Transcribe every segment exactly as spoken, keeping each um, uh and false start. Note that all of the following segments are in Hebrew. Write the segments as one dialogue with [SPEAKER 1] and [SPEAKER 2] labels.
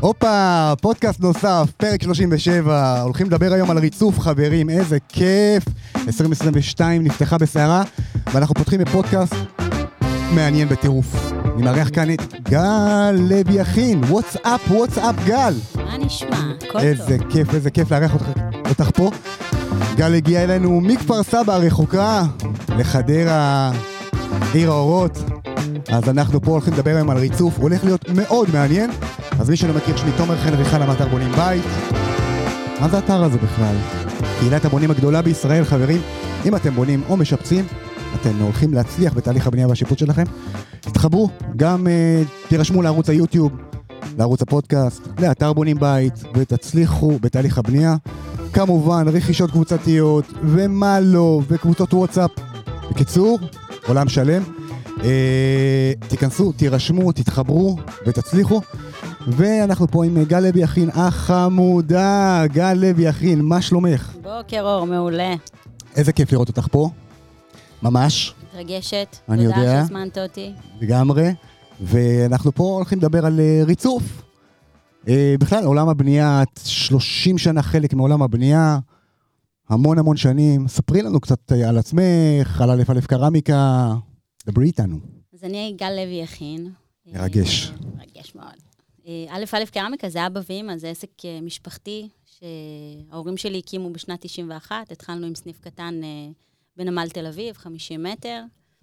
[SPEAKER 1] הופה, פודקאסט נוסף, פרק שלושים ושבע, הולכים לדבר היום על ריצוף חברים, איזה כיף, עשרים עשרים ושתיים נפתחה בסערה, ואנחנו פותחים בפודקאסט מעניין בטירוף. אני מארח כאן את גל לוי יכין, וואטסאפ, וואטסאפ גל.
[SPEAKER 2] מה נשמע? הכל טוב.
[SPEAKER 1] איזה כיף, איזה כיף לארח אותך, אותך פה. גל הגיע אלינו מכפר סבא הרחוקה, לחדרה, עיר האורות. אז אנחנו פה הולכים לדבר היום על ריצוף, הולך להיות מאוד מעניין. אז מי שלא מכיר, שמי תומר חן ריחן, המאתר בונים בית. מה זה האתר הזה בכלל? קהילת הבונים הגדולה בישראל, חברים. אם אתם בונים או משפצים, אתם הולכים להצליח בתהליך הבנייה והשיפוץ שלכם. תתחברו, גם uh, תירשמו לערוץ היוטיוב, לערוץ הפודקאסט, לאתר בונים בית, ותצליחו בתהליך הבנייה. כמובן, רכישות קבוצתיות, ומה לא, וקבוצות וואטסאפ. בקיצור, עולם שלם. Uh, תיכנסו, תירשמו, תתחברו ותצליחו. ואנחנו פה עם גל לוי יכין, החמודה, גל לוי יכין, מה שלומך?
[SPEAKER 2] בוקר אור, מעולה.
[SPEAKER 1] איזה כיף לראות אותך פה, ממש.
[SPEAKER 2] מתרגשת,
[SPEAKER 1] אני
[SPEAKER 2] תודה
[SPEAKER 1] יודע.
[SPEAKER 2] שהזמנת אותי.
[SPEAKER 1] לגמרי, ואנחנו פה הולכים לדבר על uh, ריצוף. Uh, בכלל, עולם הבנייה, שלושים שנה חלק מעולם הבנייה, המון המון שנים. ספרי לנו קצת על עצמך, על א' א' קרמיקה, דברי איתנו.
[SPEAKER 2] אז אני גל לוי יכין.
[SPEAKER 1] מרגש.
[SPEAKER 2] מרגש מאוד. א' א' קרמיקה זה אבא ואמא, זה עסק משפחתי שההורים שלי הקימו בשנת תשעים ואחת, התחלנו עם סניף קטן בנמל תל אביב, חמישים מטר.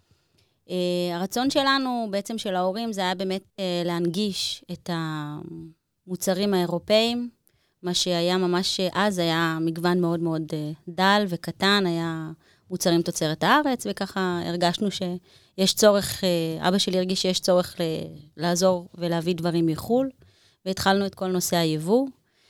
[SPEAKER 2] הרצון שלנו, בעצם של ההורים, זה היה באמת להנגיש את המוצרים האירופאים, מה שהיה ממש אז, היה מגוון מאוד מאוד דל וקטן, היה מוצרים תוצרת הארץ, וככה הרגשנו שיש צורך, אבא שלי הרגיש שיש צורך לעזור ולהביא דברים מחול, והתחלנו את כל נושא היבוא.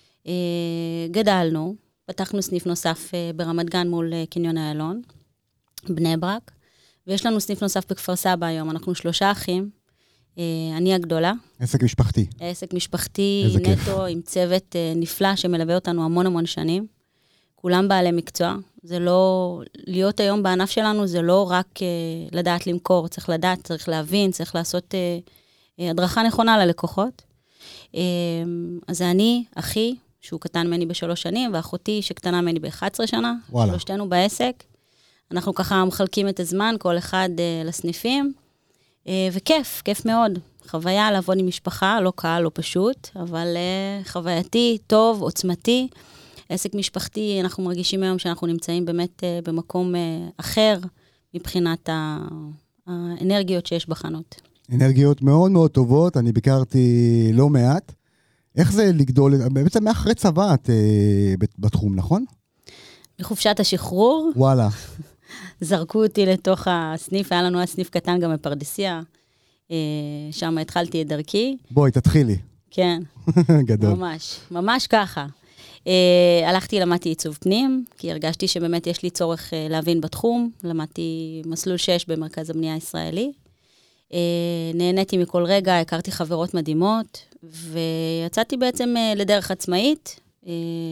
[SPEAKER 2] גדלנו, פתחנו סניף נוסף ברמת גן מול קניון איילון, בני ברק, ויש לנו סניף נוסף בכפר סבא היום, אנחנו שלושה אחים, אני הגדולה.
[SPEAKER 1] עסק משפחתי.
[SPEAKER 2] עסק משפחתי, נטו, עם צוות נפלא שמלווה אותנו המון המון שנים. כולם בעלי מקצוע. זה לא, להיות היום בענף שלנו, זה לא רק uh, לדעת למכור, צריך לדעת, צריך להבין, צריך לעשות uh, uh, הדרכה נכונה ללקוחות. Uh, אז זה אני, אחי, שהוא קטן ממני בשלוש שנים, ואחותי שקטנה ממני ב-אחת עשרה שנה. וואלה. שלושתנו בעסק. אנחנו ככה מחלקים את הזמן, כל אחד uh, לסניפים, uh, וכיף, כיף מאוד. חוויה לעבוד עם משפחה, לא קל, לא פשוט, אבל uh, חווייתי, טוב, עוצמתי. עסק משפחתי, אנחנו מרגישים היום שאנחנו נמצאים באמת uh, במקום uh, אחר, מבחינת האנרגיות שיש בחנות.
[SPEAKER 1] אנרגיות מאוד מאוד טובות, אני ביקרתי לא מעט. איך זה לגדול, בעצם מאחרי צבא את uh, בתחום, נכון?
[SPEAKER 2] בחופשת השחרור.
[SPEAKER 1] וואלה. זרקו
[SPEAKER 2] אותי לתוך הסניף, היה לנו הסניף קטן גם בפרדסיה, uh, שם התחלתי את דרכי.
[SPEAKER 1] בואי, תתחילי.
[SPEAKER 2] כן.
[SPEAKER 1] גדול.
[SPEAKER 2] ממש, ממש ככה. Uh, הלכתי, למדתי עיצוב פנים, כי הרגשתי שבאמת יש לי צורך uh, להבין בתחום, למדתי מסלול שש במרכז הבנייה הישראלי, uh, נהניתי מכל רגע, הכרתי חברות מדהימות, ויצאתי בעצם uh, לדרך עצמאית uh,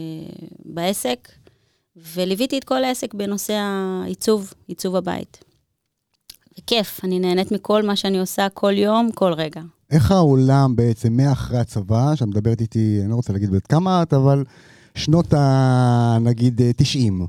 [SPEAKER 2] בעסק, וליוויתי את כל העסק בנושא העיצוב, עיצוב הבית. וכיף, אני נהנית מכל מה שאני עושה כל יום, כל רגע.
[SPEAKER 1] איך העולם בעצם מאחרי הצבא, שאת מדברת איתי, אני לא רוצה להגיד בת כמה את, אבל שנות ה... נגיד תשעים.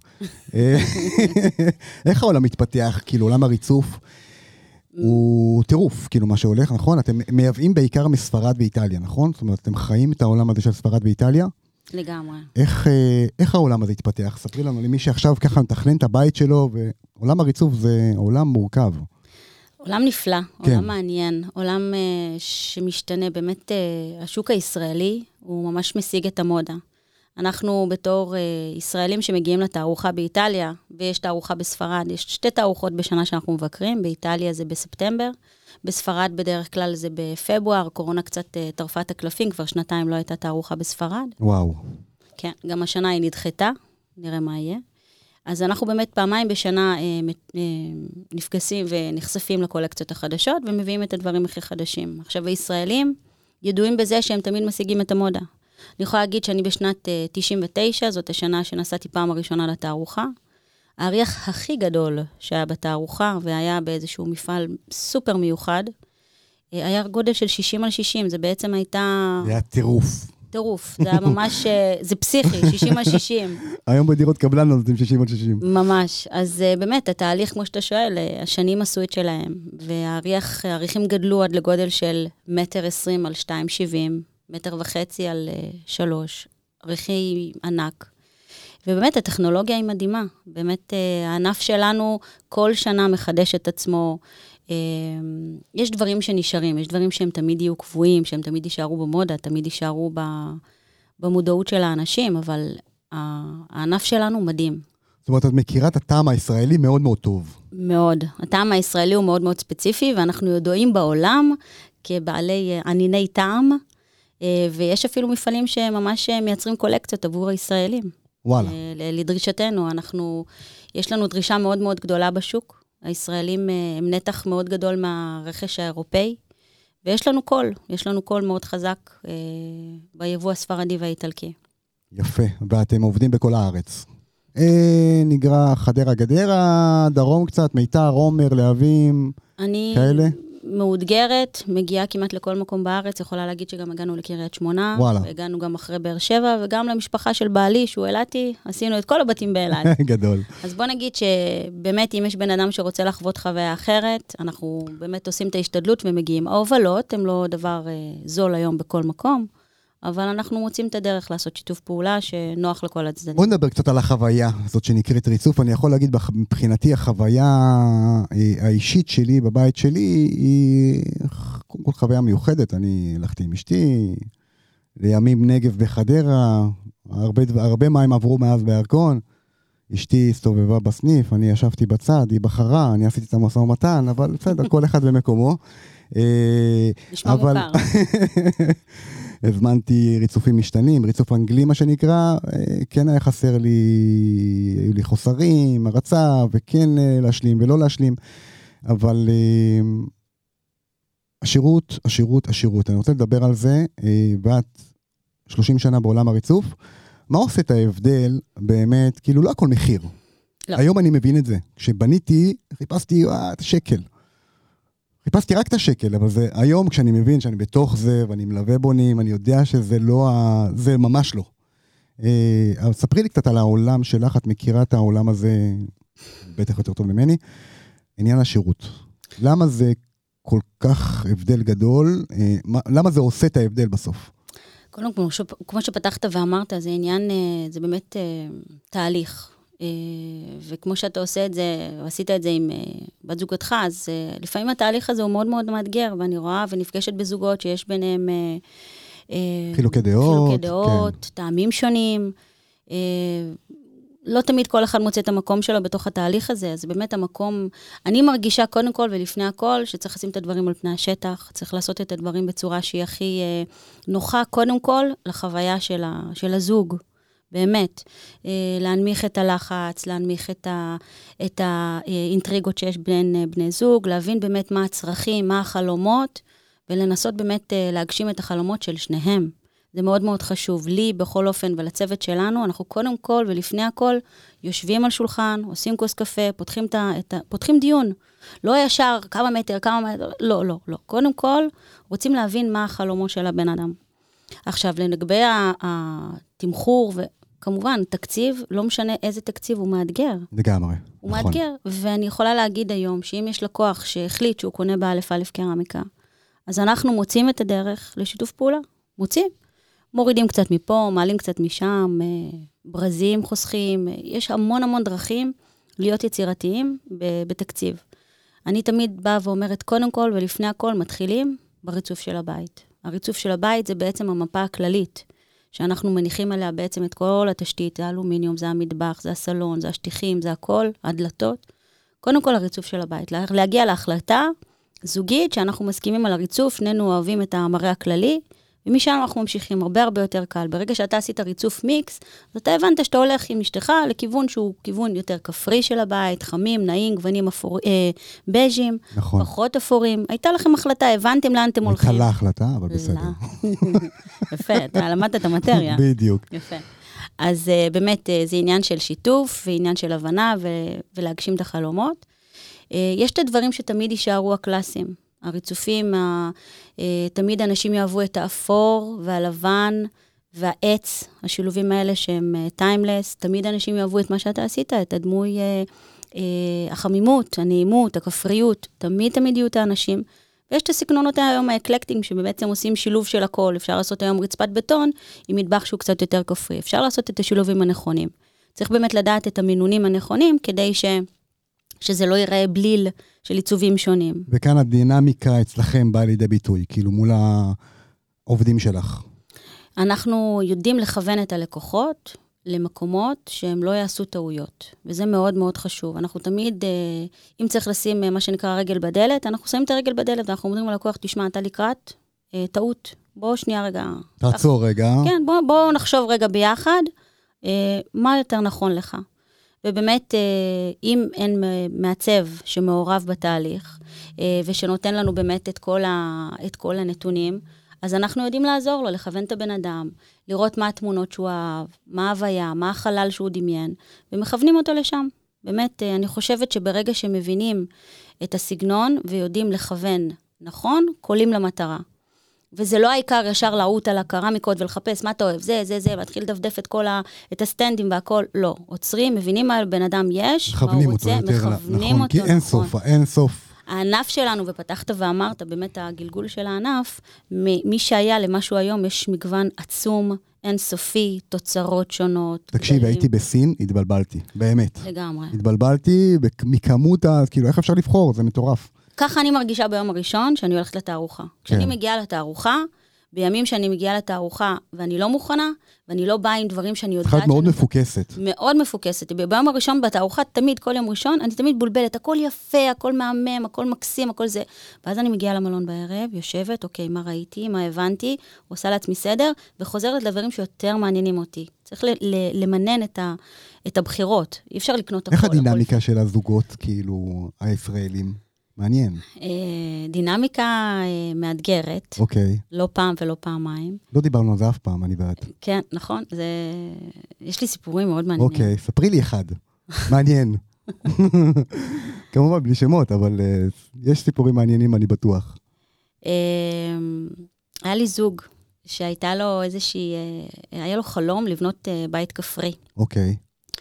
[SPEAKER 1] איך העולם מתפתח? כאילו עולם הריצוף הוא טירוף, כאילו מה שהולך, נכון? אתם מייבאים בעיקר מספרד ואיטליה, נכון? זאת אומרת, אתם חיים את העולם הזה של ספרד ואיטליה?
[SPEAKER 2] לגמרי.
[SPEAKER 1] איך, איך העולם הזה התפתח? ספרי לנו, למי שעכשיו ככה מתכנן את הבית שלו, ועולם הריצוף זה עולם מורכב.
[SPEAKER 2] עולם נפלא, כן. עולם מעניין, עולם uh, שמשתנה, באמת uh, השוק הישראלי הוא ממש משיג את המודה. אנחנו בתור uh, ישראלים שמגיעים לתערוכה באיטליה, ויש תערוכה בספרד, יש שתי תערוכות בשנה שאנחנו מבקרים, באיטליה זה בספטמבר, בספרד בדרך כלל זה בפברואר, קורונה קצת uh, טרפה את הקלפים, כבר שנתיים לא הייתה תערוכה בספרד.
[SPEAKER 1] וואו.
[SPEAKER 2] כן, גם השנה היא נדחתה, נראה מה יהיה. אז אנחנו באמת פעמיים בשנה אה, אה, נפגשים ונחשפים לקולקציות החדשות, ומביאים את הדברים הכי חדשים. עכשיו, הישראלים ידועים בזה שהם תמיד משיגים את המודה. אני יכולה להגיד שאני בשנת אה, תשעים ותשע, זאת השנה שנסעתי פעם הראשונה לתערוכה. האריח הכי גדול שהיה בתערוכה, והיה באיזשהו מפעל סופר מיוחד, היה גודל של שישים על שישים, זה בעצם הייתה...
[SPEAKER 1] זה היה טירוף.
[SPEAKER 2] טירוף. זה היה ממש, זה פסיכי, שישים על שישים.
[SPEAKER 1] היום בדירות קבלן נותנים שישים על שישים.
[SPEAKER 2] ממש. אז באמת, התהליך, כמו שאתה שואל, השנים עשו את שלהם, והעריכים גדלו עד לגודל של מטר עשרים על שתיים שבעים, מטר וחצי על שלוש, עריכי ענק. ובאמת, הטכנולוגיה היא מדהימה. באמת, הענף שלנו כל שנה מחדש את עצמו. יש דברים שנשארים, יש דברים שהם תמיד יהיו קבועים, שהם תמיד יישארו במודה, תמיד יישארו במודעות של האנשים, אבל הענף שלנו מדהים.
[SPEAKER 1] זאת אומרת, את מכירה את הטעם הישראלי מאוד מאוד טוב.
[SPEAKER 2] מאוד. הטעם הישראלי הוא מאוד מאוד ספציפי, ואנחנו ידועים בעולם כבעלי עניני טעם, ויש אפילו מפעלים שממש מייצרים קולקציות עבור הישראלים.
[SPEAKER 1] וואלה.
[SPEAKER 2] לדרישתנו, אנחנו, יש לנו דרישה מאוד מאוד גדולה בשוק. הישראלים הם נתח מאוד גדול מהרכש האירופאי, ויש לנו קול, יש לנו קול מאוד חזק אה, ביבוא הספרדי והאיטלקי.
[SPEAKER 1] יפה, ואתם עובדים בכל הארץ. אה, נגרע חדרה גדרה, דרום קצת, מיתר, עומר, להבים,
[SPEAKER 2] אני
[SPEAKER 1] כאלה?
[SPEAKER 2] מאותגרת, מגיעה כמעט לכל מקום בארץ, יכולה להגיד שגם הגענו לקריית שמונה,
[SPEAKER 1] וואלה.
[SPEAKER 2] והגענו גם אחרי באר שבע, וגם למשפחה של בעלי, שהוא אלעתי, עשינו את כל הבתים באילת.
[SPEAKER 1] גדול.
[SPEAKER 2] אז בוא נגיד שבאמת, אם יש בן אדם שרוצה לחוות חוויה אחרת, אנחנו באמת עושים את ההשתדלות ומגיעים. ההובלות הם לא דבר אה, זול היום בכל מקום, אבל אנחנו מוצאים את הדרך לעשות שיתוף פעולה שנוח לכל הצדדים. בוא
[SPEAKER 1] נדבר קצת על החוויה הזאת שנקראת ריצוף. אני יכול להגיד, מבחינתי, החוויה האישית שלי, בבית שלי, היא קודם כל חוויה מיוחדת. אני הלכתי עם אשתי, לימים נגב בחדרה, הרבה, הרבה מים עברו מאז בירקון. אשתי הסתובבה בסניף, אני ישבתי בצד, היא בחרה, אני עשיתי את המשא ומתן, אבל בסדר, כל אחד במקומו.
[SPEAKER 2] נשמע מוכר.
[SPEAKER 1] הזמנתי ריצופים משתנים, ריצוף אנגלי מה שנקרא, כן היה חסר לי, היו לי חוסרים, הרצה, וכן להשלים ולא להשלים, אבל השירות, השירות, השירות, אני רוצה לדבר על זה, ואת שלושים שנה בעולם הריצוף, מה עושה את ההבדל באמת, כאילו לא הכל מחיר.
[SPEAKER 2] לא.
[SPEAKER 1] היום אני מבין את זה, כשבניתי, חיפשתי את השקל. חיפשתי רק את השקל, אבל זה, היום כשאני מבין שאני בתוך זה, ואני מלווה בונים, אני יודע שזה לא, זה ממש לא. אה, אבל ספרי לי קצת על העולם שלך, את מכירה את העולם הזה, בטח יותר טוב ממני, עניין השירות. למה זה כל כך הבדל גדול? אה, מה, למה זה עושה את ההבדל בסוף?
[SPEAKER 2] קודם כל, כמו שפתחת ואמרת, זה עניין, זה באמת תהליך. וכמו שאתה עושה את זה, ועשית את זה עם בת זוגתך, אז לפעמים התהליך הזה הוא מאוד מאוד מאתגר, ואני רואה ונפגשת בזוגות שיש ביניהם
[SPEAKER 1] חילוקי דעות,
[SPEAKER 2] חילוקי דעות, טעמים שונים. לא תמיד כל אחד מוצא את המקום שלו בתוך התהליך הזה, אז באמת המקום, אני מרגישה קודם כל ולפני הכל, שצריך לשים את הדברים על פני השטח, צריך לעשות את הדברים בצורה שהיא הכי נוחה, קודם כל לחוויה של, ה, של הזוג. באמת, להנמיך את הלחץ, להנמיך את, ה, את האינטריגות שיש בין בני זוג, להבין באמת מה הצרכים, מה החלומות, ולנסות באמת להגשים את החלומות של שניהם. זה מאוד מאוד חשוב. לי, בכל אופן, ולצוות שלנו, אנחנו קודם כל ולפני הכל, יושבים על שולחן, עושים כוס קפה, פותחים, את ה, את ה, פותחים דיון. לא ישר, כמה מטר, כמה מטר, לא, לא, לא. קודם כל, רוצים להבין מה החלומות של הבן אדם. עכשיו, לגבי התמחור ו... כמובן, תקציב, לא משנה איזה תקציב, הוא מאתגר.
[SPEAKER 1] לגמרי.
[SPEAKER 2] הוא נכון. מאתגר, ואני יכולה להגיד היום, שאם יש לקוח שהחליט שהוא קונה באלף אלף קרמיקה, אז אנחנו מוצאים את הדרך לשיתוף פעולה. מוצאים. מורידים קצת מפה, מעלים קצת משם, ברזים חוסכים, יש המון המון דרכים להיות יצירתיים בתקציב. אני תמיד באה ואומרת, קודם כל ולפני הכל, מתחילים בריצוף של הבית. הריצוף של הבית זה בעצם המפה הכללית. שאנחנו מניחים עליה בעצם את כל התשתית, זה האלומיניום, זה המטבח, זה הסלון, זה השטיחים, זה הכל, הדלתות. קודם כל הריצוף של הבית, להגיע להחלטה זוגית שאנחנו מסכימים על הריצוף, שנינו אוהבים את המראה הכללי, ומשם אנחנו ממשיכים הרבה הרבה יותר קל. ברגע שאתה עשית ריצוף מיקס, אז אתה הבנת שאתה הולך עם אשתך לכיוון שהוא כיוון יותר כפרי של הבית, חמים, נעים, גוונים אפור, אה, בז'ים,
[SPEAKER 1] נכון.
[SPEAKER 2] פחות אפורים. הייתה לכם החלטה, הבנתם לאן אתם הולכים.
[SPEAKER 1] הייתה לה החלטה, אבל בסדר.
[SPEAKER 2] יפה, אתה למדת את המטריה.
[SPEAKER 1] בדיוק.
[SPEAKER 2] יפה. אז uh, באמת uh, זה עניין של שיתוף, ועניין של הבנה, ו- ולהגשים את החלומות. Uh, יש את הדברים שתמיד יישארו הקלאסיים. הריצופים, ה- uh, תמיד אנשים יאהבו את האפור והלבן, והעץ, השילובים האלה שהם טיימלס, תמיד אנשים יאהבו את מה שאתה עשית, את הדמוי אה, אה, החמימות, הנעימות, הכפריות, תמיד תמיד יהיו את האנשים. ויש את הסגנונות היום האקלקטיים, שבעצם עושים שילוב של הכל. אפשר לעשות היום רצפת בטון, עם מטבח שהוא קצת יותר כפרי. אפשר לעשות את השילובים הנכונים. צריך באמת לדעת את המינונים הנכונים, כדי ש... שזה לא ייראה בליל של עיצובים שונים.
[SPEAKER 1] וכאן הדינמיקה אצלכם באה לידי ביטוי, כאילו מול העובדים שלך.
[SPEAKER 2] אנחנו יודעים לכוון את הלקוחות למקומות שהם לא יעשו טעויות, וזה מאוד מאוד חשוב. אנחנו תמיד, אם צריך לשים מה שנקרא רגל בדלת, אנחנו שמים את הרגל בדלת, ואנחנו אומרים ללקוח, תשמע, אתה לקראת טעות, בוא שנייה רגע.
[SPEAKER 1] תעצור רגע.
[SPEAKER 2] כן, בוא, בוא נחשוב רגע ביחד, מה יותר נכון לך. ובאמת, אם אין מעצב שמעורב בתהליך, ושנותן לנו באמת את כל, ה, את כל הנתונים, אז אנחנו יודעים לעזור לו, לכוון את הבן אדם, לראות מה התמונות שהוא אהב, מה ההוויה, מה החלל שהוא דמיין, ומכוונים אותו לשם. באמת, אני חושבת שברגע שמבינים את הסגנון, ויודעים לכוון נכון, קולים למטרה. וזה לא העיקר ישר לעוט על הקרמיקות ולחפש מה אתה אוהב, זה, זה, זה, להתחיל לדפדף את כל ה, את הסטנדים והכל, לא. עוצרים, מבינים מה בן אדם יש, מה הוא רוצה, מכוונים
[SPEAKER 1] נכון,
[SPEAKER 2] אותו.
[SPEAKER 1] כי אין סוף, אין סוף.
[SPEAKER 2] הענף שלנו, ופתחת ואמרת, באמת הגלגול של הענף, מי שהיה למשהו היום, יש מגוון עצום, אינסופי, תוצרות שונות.
[SPEAKER 1] תקשיב, הייתי בסין, התבלבלתי, באמת.
[SPEAKER 2] לגמרי.
[SPEAKER 1] התבלבלתי מכמות, כאילו, איך אפשר לבחור? זה מטורף.
[SPEAKER 2] ככה אני מרגישה ביום הראשון, שאני הולכת לתערוכה. כשאני מגיעה לתערוכה, בימים שאני מגיעה לתערוכה, ואני לא מוכנה, ואני לא באה עם דברים שאני יודעת...
[SPEAKER 1] את מאוד מפוקסת.
[SPEAKER 2] מאוד מפוקסת. ביום הראשון בתערוכה, תמיד, כל יום ראשון, אני תמיד בולבלת, הכל יפה, הכל מהמם, הכל מקסים, הכל זה. ואז אני מגיעה למלון בערב, יושבת, אוקיי, מה ראיתי, מה הבנתי, עושה לעצמי סדר, וחוזרת לדברים שיותר מעניינים אותי. צריך למנן את ה, את הבחירות. אי אפשר לקנות הכל.
[SPEAKER 1] איך הדינמיקה של הזוגות, כאילו, הישראלים? מעניין.
[SPEAKER 2] דינמיקה מאתגרת.
[SPEAKER 1] אוקיי.
[SPEAKER 2] לא פעם ולא פעמיים.
[SPEAKER 1] לא דיברנו על זה אף פעם, אני ואת.
[SPEAKER 2] כן, נכון. זה... יש לי סיפורים מאוד מעניינים.
[SPEAKER 1] אוקיי, ספרי לי אחד. מעניין. כמובן, בלי שמות, אבל יש סיפורים מעניינים, אני בטוח.
[SPEAKER 2] היה לי זוג שהייתה לו איזושהי... היה לו חלום לבנות בית כפרי.
[SPEAKER 1] אוקיי.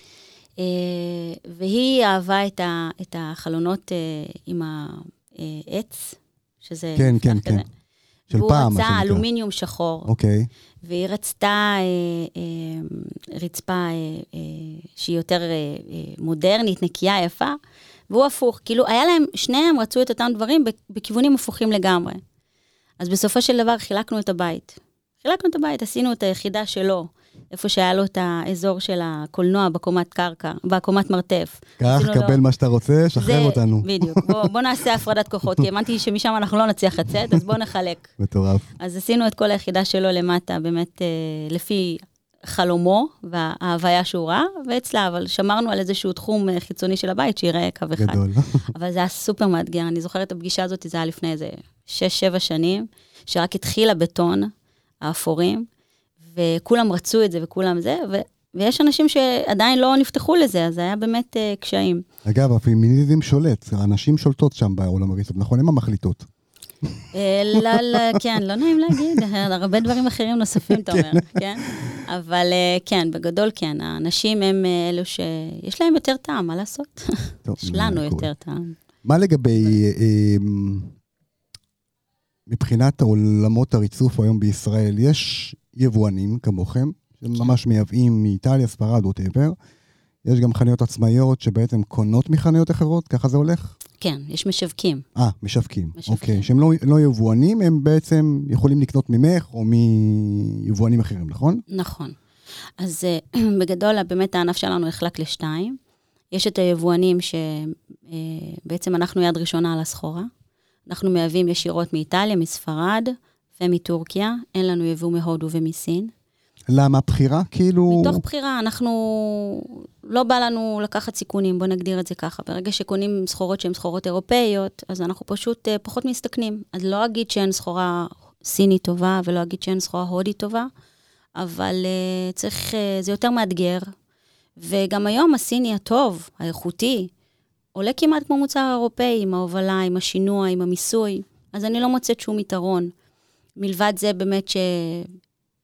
[SPEAKER 2] והיא אהבה את, ה, את החלונות עם העץ, שזה...
[SPEAKER 1] כן, כן, כן. של פעם.
[SPEAKER 2] והוא רצה אלומיניום שחור.
[SPEAKER 1] אוקיי.
[SPEAKER 2] והיא רצתה אה, אה, רצפה אה, אה, שהיא יותר אה, מודרנית, נקייה, יפה, והוא הפוך. כאילו, היה להם, שניהם רצו את אותם דברים בכיוונים הפוכים לגמרי. אז בסופו של דבר חילקנו את הבית. חילקנו את הבית, עשינו את היחידה שלו, איפה שהיה לו את האזור של הקולנוע בקומת קרקע, בקומת מרתף.
[SPEAKER 1] כך, קבל לו... מה שאתה רוצה, שחרר אותנו.
[SPEAKER 2] בדיוק, בוא, בוא נעשה הפרדת כוחות, כי האמנתי שמשם אנחנו לא נצליח לצאת, אז בוא נחלק.
[SPEAKER 1] מטורף.
[SPEAKER 2] אז עשינו את כל היחידה שלו למטה, באמת אה, לפי חלומו וההוויה שהוא ראה, ואצלה, אבל שמרנו על איזשהו תחום חיצוני של הבית, שיראה קו אחד.
[SPEAKER 1] גדול.
[SPEAKER 2] אבל זה היה סופר מאתגר, אני זוכרת את הפגישה הזאת, זה היה לפני איזה שש, שבע שנים, שרק התחיל הבטון, האפורים, וכולם רצו את זה וכולם זה, ו... ויש אנשים שעדיין לא נפתחו לזה, אז זה היה באמת uh, קשיים.
[SPEAKER 1] אגב, הפמיניזם שולט, הנשים שולטות שם בעולם הריצות, נכון? הן המחליטות.
[SPEAKER 2] לא, לא, כן, לא נעים להגיד, הרבה דברים אחרים נוספים, אתה אומר, כן? אבל כן, בגדול כן, האנשים הם אלו שיש להם יותר טעם, מה לעשות? יש לנו יותר טעם.
[SPEAKER 1] מה לגבי, מבחינת עולמות הריצוף היום בישראל, יש יבואנים כמוכם, שממש מייבאים מאיטליה, ספרד, whatever, יש גם חנויות עצמאיות שבעצם קונות מחנויות אחרות, ככה זה הולך?
[SPEAKER 2] כן, יש משווקים.
[SPEAKER 1] אה, משווקים. אוקיי, שהם לא, לא יבואנים, הם בעצם יכולים לקנות ממך או מיבואנים אחרים, נכון?
[SPEAKER 2] נכון. אז בגדול, באמת הענף שלנו החלק לשתיים. יש את היבואנים שבעצם אנחנו יד ראשונה על הסחורה. אנחנו מייבאים ישירות מאיטליה, מספרד ומטורקיה. אין לנו יבוא מהודו ומסין.
[SPEAKER 1] למה בחירה? כאילו...
[SPEAKER 2] מתוך בחירה, אנחנו... לא בא לנו לקחת סיכונים, בוא נגדיר את זה ככה. ברגע שקונים סחורות שהן סחורות אירופאיות, אז אנחנו פשוט uh, פחות מסתכנים. אז לא אגיד שאין סחורה סינית טובה, ולא אגיד שאין סחורה הודית טובה, אבל uh, צריך, uh, זה יותר מאתגר. וגם היום הסיני הטוב, האיכותי, עולה כמעט כמו מוצר אירופאי, עם ההובלה, עם השינוע, עם המיסוי. אז אני לא מוצאת שום יתרון. מלבד זה באמת ש...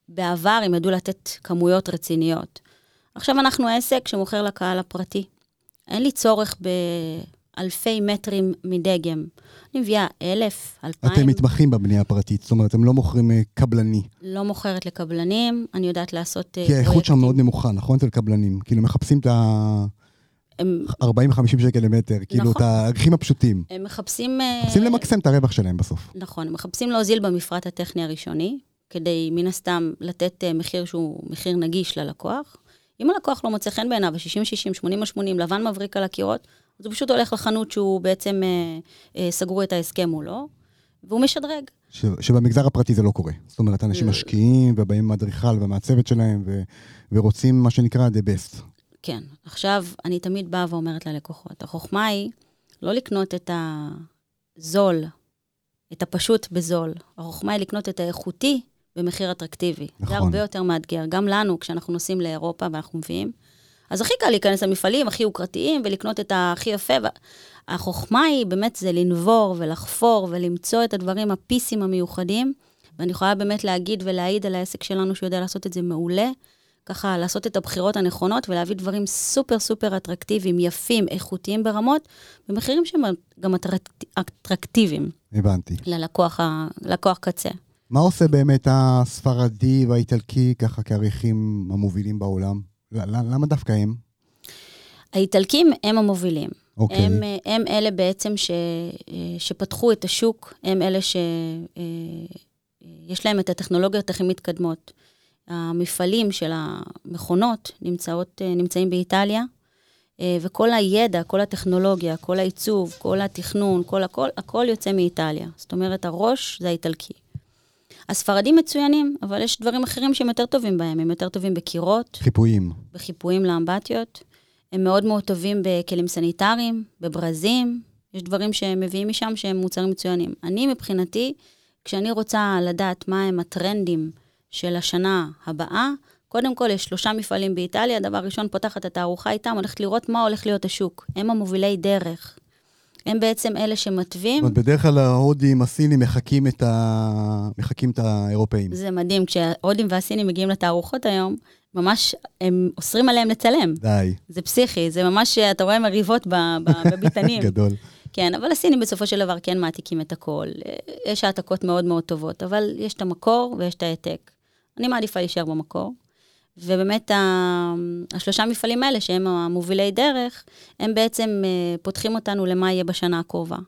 [SPEAKER 2] בעבר הם ידעו לתת כמויות רציניות. עכשיו אנחנו עסק שמוכר לקהל הפרטי. אין לי צורך באלפי מטרים מדגם. אני מביאה אלף, אלפיים.
[SPEAKER 1] אתם מתמחים בבנייה הפרטית, זאת אומרת, אתם לא מוכרים קבלני.
[SPEAKER 2] לא מוכרת לקבלנים, אני יודעת לעשות פרויקטים.
[SPEAKER 1] כי האיכות שם מאוד נמוכה, נכון? אצל קבלנים. כאילו מחפשים את ה... ארבעים חמישים שקל למטר, כאילו את הערכים הפשוטים.
[SPEAKER 2] הם מחפשים...
[SPEAKER 1] מחפשים למקסם את הרווח שלהם בסוף.
[SPEAKER 2] נכון, הם מחפשים להוזיל במפרט הטכני הראשוני, כדי מן הסתם לתת מחיר שהוא מחיר נגיש ללקוח. אם הלקוח לא מוצא חן בעיניו, ב-שישים שישים, שמונים שמונים, לבן מבריק על הקירות, אז הוא פשוט הולך לחנות שהוא בעצם אה, אה, סגרו את ההסכם מולו, והוא משדרג.
[SPEAKER 1] ש, שבמגזר הפרטי זה לא קורה. זאת אומרת, אנשים משקיעים ובאים מהדריכל ומהצוות שלהם, ו, ורוצים מה שנקרא the best.
[SPEAKER 2] כן. עכשיו, אני תמיד באה ואומרת ללקוחות, החוכמה היא לא לקנות את הזול, את הפשוט בזול. החוכמה היא לקנות את האיכותי במחיר אטרקטיבי. נכון. זה הרבה יותר מאתגר. גם לנו, כשאנחנו נוסעים לאירופה ואנחנו מביאים, אז הכי קל להיכנס למפעלים, הכי יוקרתיים, ולקנות את הכי יפה. החוכמה היא באמת זה לנבור ולחפור ולמצוא את הדברים הפיסים המיוחדים, ואני יכולה באמת להגיד ולהעיד על העסק שלנו שיודע לעשות את זה מעולה, ככה לעשות את הבחירות הנכונות ולהביא דברים סופר סופר אטרקטיביים, יפים, איכותיים ברמות, במחירים שהם גם אטרקטיביים.
[SPEAKER 1] הבנתי.
[SPEAKER 2] ללקוח, ללקוח קצה.
[SPEAKER 1] מה עושה באמת הספרדי והאיטלקי ככה כעריכים המובילים בעולם? למה דווקא הם?
[SPEAKER 2] האיטלקים הם המובילים.
[SPEAKER 1] אוקיי.
[SPEAKER 2] הם, הם אלה בעצם ש, שפתחו את השוק, הם אלה שיש להם את הטכנולוגיות הכי מתקדמות. המפעלים של המכונות נמצאות, נמצאים באיטליה, וכל הידע, כל הטכנולוגיה, כל העיצוב, כל התכנון, כל הכל, הכל יוצא מאיטליה. זאת אומרת, הראש זה האיטלקי. הספרדים מצוינים, אבל יש דברים אחרים שהם יותר טובים בהם. הם יותר טובים בקירות.
[SPEAKER 1] חיפויים.
[SPEAKER 2] בחיפויים לאמבטיות. הם מאוד מאוד טובים בכלים סניטריים, בברזים. יש דברים שהם מביאים משם שהם מוצרים מצוינים. אני מבחינתי, כשאני רוצה לדעת מה הם הטרנדים של השנה הבאה, קודם כל יש שלושה מפעלים באיטליה, דבר ראשון פותחת את התערוכה איתם, הולכת לראות מה הולך להיות השוק. הם המובילי דרך. הם בעצם אלה שמטבים.
[SPEAKER 1] זאת אומרת, בדרך כלל ההודים, הסינים מחקים את, ה... מחקים את האירופאים.
[SPEAKER 2] זה מדהים, כשההודים והסינים מגיעים לתערוכות היום, ממש הם אוסרים עליהם לצלם.
[SPEAKER 1] די.
[SPEAKER 2] זה פסיכי, זה ממש, אתה רואה מריבות בביתנים.
[SPEAKER 1] גדול.
[SPEAKER 2] כן, אבל הסינים בסופו של דבר כן מעתיקים את הכל. יש העתקות מאוד מאוד טובות, אבל יש את המקור ויש את העתק. אני מעדיפה להישאר במקור. ובאמת השלושה מפעלים האלה, שהם המובילי דרך, הם בעצם פותחים אותנו למה יהיה בשנה הקרובה.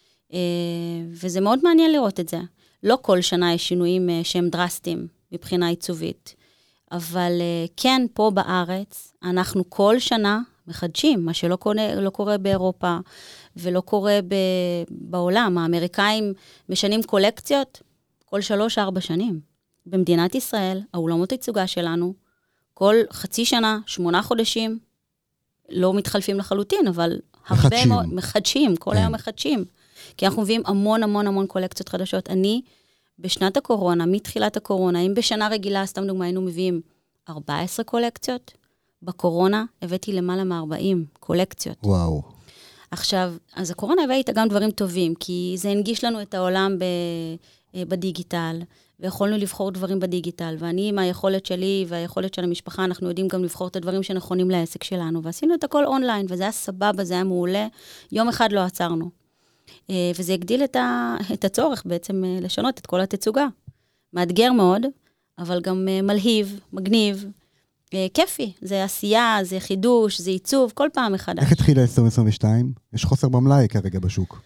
[SPEAKER 2] וזה מאוד מעניין לראות את זה. לא כל שנה יש שינויים שהם דרסטיים מבחינה עיצובית, אבל כן, פה בארץ, אנחנו כל שנה מחדשים, מה שלא קורה, לא קורה באירופה, ולא קורה ב, בעולם. האמריקאים משנים קולקציות כל שלוש, ארבע שנים. במדינת ישראל, האולמות הייצוגה שלנו, כל חצי שנה, שמונה חודשים, לא מתחלפים לחלוטין, אבל הרבה מאוד, מחדשים, כל היום מחדשים. כי אנחנו מביאים המון המון המון קולקציות חדשות. אני, בשנת הקורונה, מתחילת הקורונה, אם בשנה רגילה, סתם דוגמה, היינו מביאים ארבע עשרה קולקציות, בקורונה הבאתי למעלה מ-ארבעים קולקציות.
[SPEAKER 1] וואו.
[SPEAKER 2] עכשיו, אז הקורונה הבאה איתה גם דברים טובים, כי זה הנגיש לנו את העולם ב, בדיגיטל, ויכולנו לבחור דברים בדיגיטל, ואני עם היכולת שלי והיכולת של המשפחה, אנחנו יודעים גם לבחור את הדברים שנכונים לעסק שלנו, ועשינו את הכל אונליין, וזה היה סבבה, זה היה מעולה, יום אחד לא עצרנו. וזה הגדיל את, ה, את הצורך בעצם לשנות את כל התצוגה. מאתגר מאוד, אבל גם מלהיב, מגניב, כיפי. זה עשייה, זה חידוש, זה עיצוב, כל פעם מחדש.
[SPEAKER 1] איך התחילה עשרים עשרים ושתיים? יש חוסר במלאי כרגע בשוק.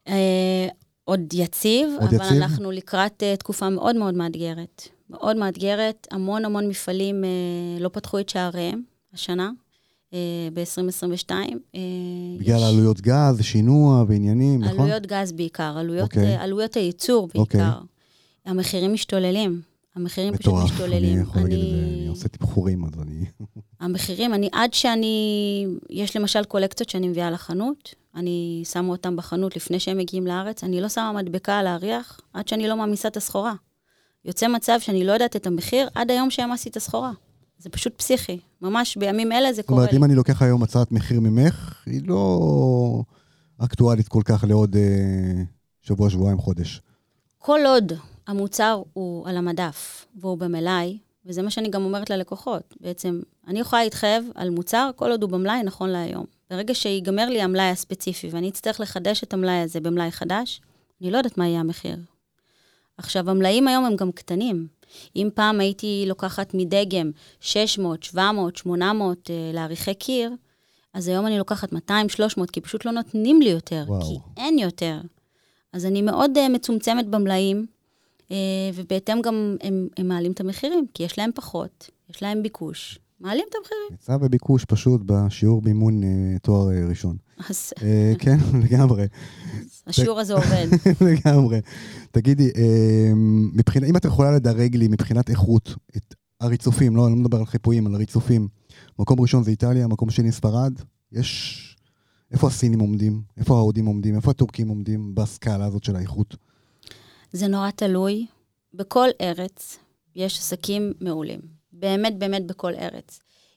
[SPEAKER 2] עוד יציב,
[SPEAKER 1] עוד
[SPEAKER 2] אבל
[SPEAKER 1] יציב?
[SPEAKER 2] אנחנו לקראת uh, תקופה מאוד מאוד מאתגרת. מאוד מאתגרת, המון המון מפעלים uh, לא פתחו את שעריהם השנה, uh, ב-עשרים עשרים ושתיים. Uh,
[SPEAKER 1] בגלל
[SPEAKER 2] יש...
[SPEAKER 1] עלויות גז, שינוע ועניינים, נכון?
[SPEAKER 2] עלויות גז בעיקר, עלויות,
[SPEAKER 1] okay.
[SPEAKER 2] uh, עלויות הייצור בעיקר. Okay. המחירים משתוללים. המחירים פשוט משתוללים.
[SPEAKER 1] אני יכול להגיד את זה, אני עושה תמחורים, אז אני...
[SPEAKER 2] המחירים, אני, עד שאני, יש למשל קולקציות שאני מביאה לחנות, אני שמה אותם בחנות לפני שהם מגיעים לארץ, אני לא שמה מדבקה על האריח, עד שאני לא מעמיסה את הסחורה. יוצא מצב שאני לא יודעת את המחיר, עד היום שהעמסתי את הסחורה. זה פשוט פסיכי. ממש בימים אלה זה קורה לי.
[SPEAKER 1] זאת אומרת, אם אני לוקח היום הצעת מחיר ממך, היא לא אקטואלית כל כך לעוד אה, שבוע, שבועיים, חודש.
[SPEAKER 2] כל עוד המוצר הוא על המדף, והוא במלאי, וזה מה שאני גם אומרת ללקוחות. בעצם, אני יכולה להתחייב על מוצר, כל עוד הוא במלאי נכון להיום. ברגע שיגמר לי המלאי הספציפי, ואני אצטרך לחדש את המלאי הזה במלאי חדש, אני לא יודעת מה יהיה המחיר. עכשיו, המלאים היום הם גם קטנים. אם פעם הייתי לוקחת מדגם שש מאות, שבע מאות, שמונה מאות לעריכי קיר, אז היום אני לוקחת מאתיים, שלוש מאות, כי פשוט לא נותנים לי יותר, וואו. כי אין יותר. אז אני מאוד uh, מצומצמת במלאים, uh, ובהתאם גם הם, הם מעלים את המחירים, כי יש להם פחות, יש להם ביקוש, מעלים את המחירים.
[SPEAKER 1] היצע וביקוש פשוט בשיעור בימון uh, תואר uh, ראשון.
[SPEAKER 2] אז...
[SPEAKER 1] uh, כן, לגמרי.
[SPEAKER 2] השיעור הזה עובד.
[SPEAKER 1] לגמרי. תגידי, uh, מבחינה, אם את יכולה לדרג לי מבחינת איכות, את הריצופים, לא, אני לא מדבר על חיפויים, על הריצופים, מקום ראשון זה איטליה, מקום שני ספרד, יש... איפה הסינים עומדים? איפה ההודים עומדים? איפה הטורקים עומדים בסקאלה הזאת של האיכות?
[SPEAKER 2] זה נורא תלוי. בכל ארץ יש עסקים מעולים. באמת, באמת בכל ארץ.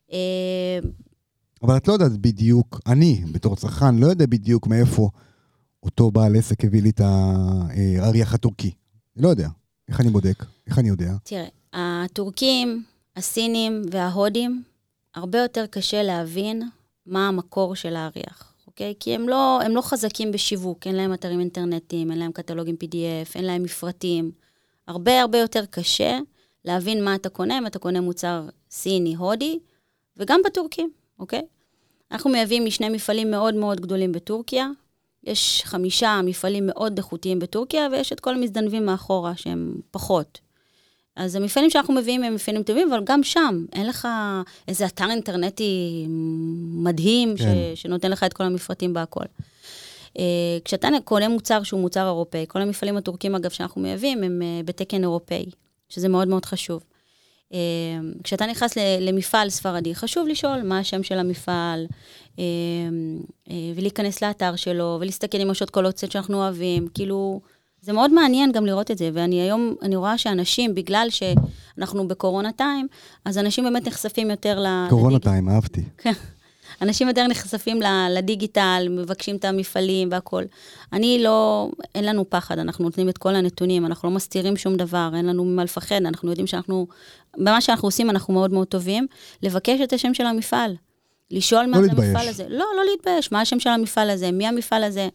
[SPEAKER 1] אבל את לא יודעת בדיוק, אני בתור צרכן לא יודע בדיוק מאיפה אותו בעל עסק הביא לי את האריח הטורקי. אני לא יודע. איך אני בודק? איך אני יודע?
[SPEAKER 2] תראה, הטורקים, הסינים וההודים, הרבה יותר קשה להבין מה המקור של האריח. אוקיי? כי הם לא, הם לא חזקים בשיווק, אין להם אתרים אינטרנטיים, אין להם קטלוגים פי די אף, אין להם מפרטים. הרבה הרבה יותר קשה להבין מה אתה קונה, אם אתה קונה מוצר סיני, הודי, וגם בטורקים, אוקיי? אנחנו מייבאים משני מפעלים מאוד מאוד גדולים בטורקיה, יש חמישה מפעלים מאוד איכותיים בטורקיה, ויש את כל המזדנבים מאחורה שהם פחות. אז המפעלים שאנחנו מביאים הם מפעלים טובים, אבל גם שם אין לך איזה אתר אינטרנטי מדהים, כן. ש, שנותן לך את כל המפרטים בהכל. Uh, כשאתה קונה מוצר שהוא מוצר אירופאי, כל המפעלים הטורקים אגב שאנחנו מייבאים הם uh, בתקן אירופאי, שזה מאוד מאוד חשוב. Uh, כשאתה נכנס למפעל ספרדי, חשוב לשאול מה השם של המפעל, uh, uh, ולהיכנס לאתר שלו, ולהסתכל עם השעות קולוציות שאנחנו אוהבים, כאילו... זה מאוד מעניין גם לראות את זה, ואני היום, אני רואה שאנשים, בגלל שאנחנו בקורונה טיים, אז אנשים באמת נחשפים יותר לדיגיטל.
[SPEAKER 1] קורונה טיים, אהבתי.
[SPEAKER 2] כן. אנשים יותר נחשפים לדיגיטל, מבקשים את המפעלים והכל. אני לא, אין לנו פחד, אנחנו נותנים את כל הנתונים, אנחנו לא מסתירים שום דבר, אין לנו מה לפחד, אנחנו יודעים שאנחנו, במה שאנחנו עושים אנחנו מאוד מאוד טובים, לבקש את השם של המפעל, לשאול מה זה המפעל הזה. לא, לא להתבייש, מה השם של המפעל הזה, מי המפעל הזה.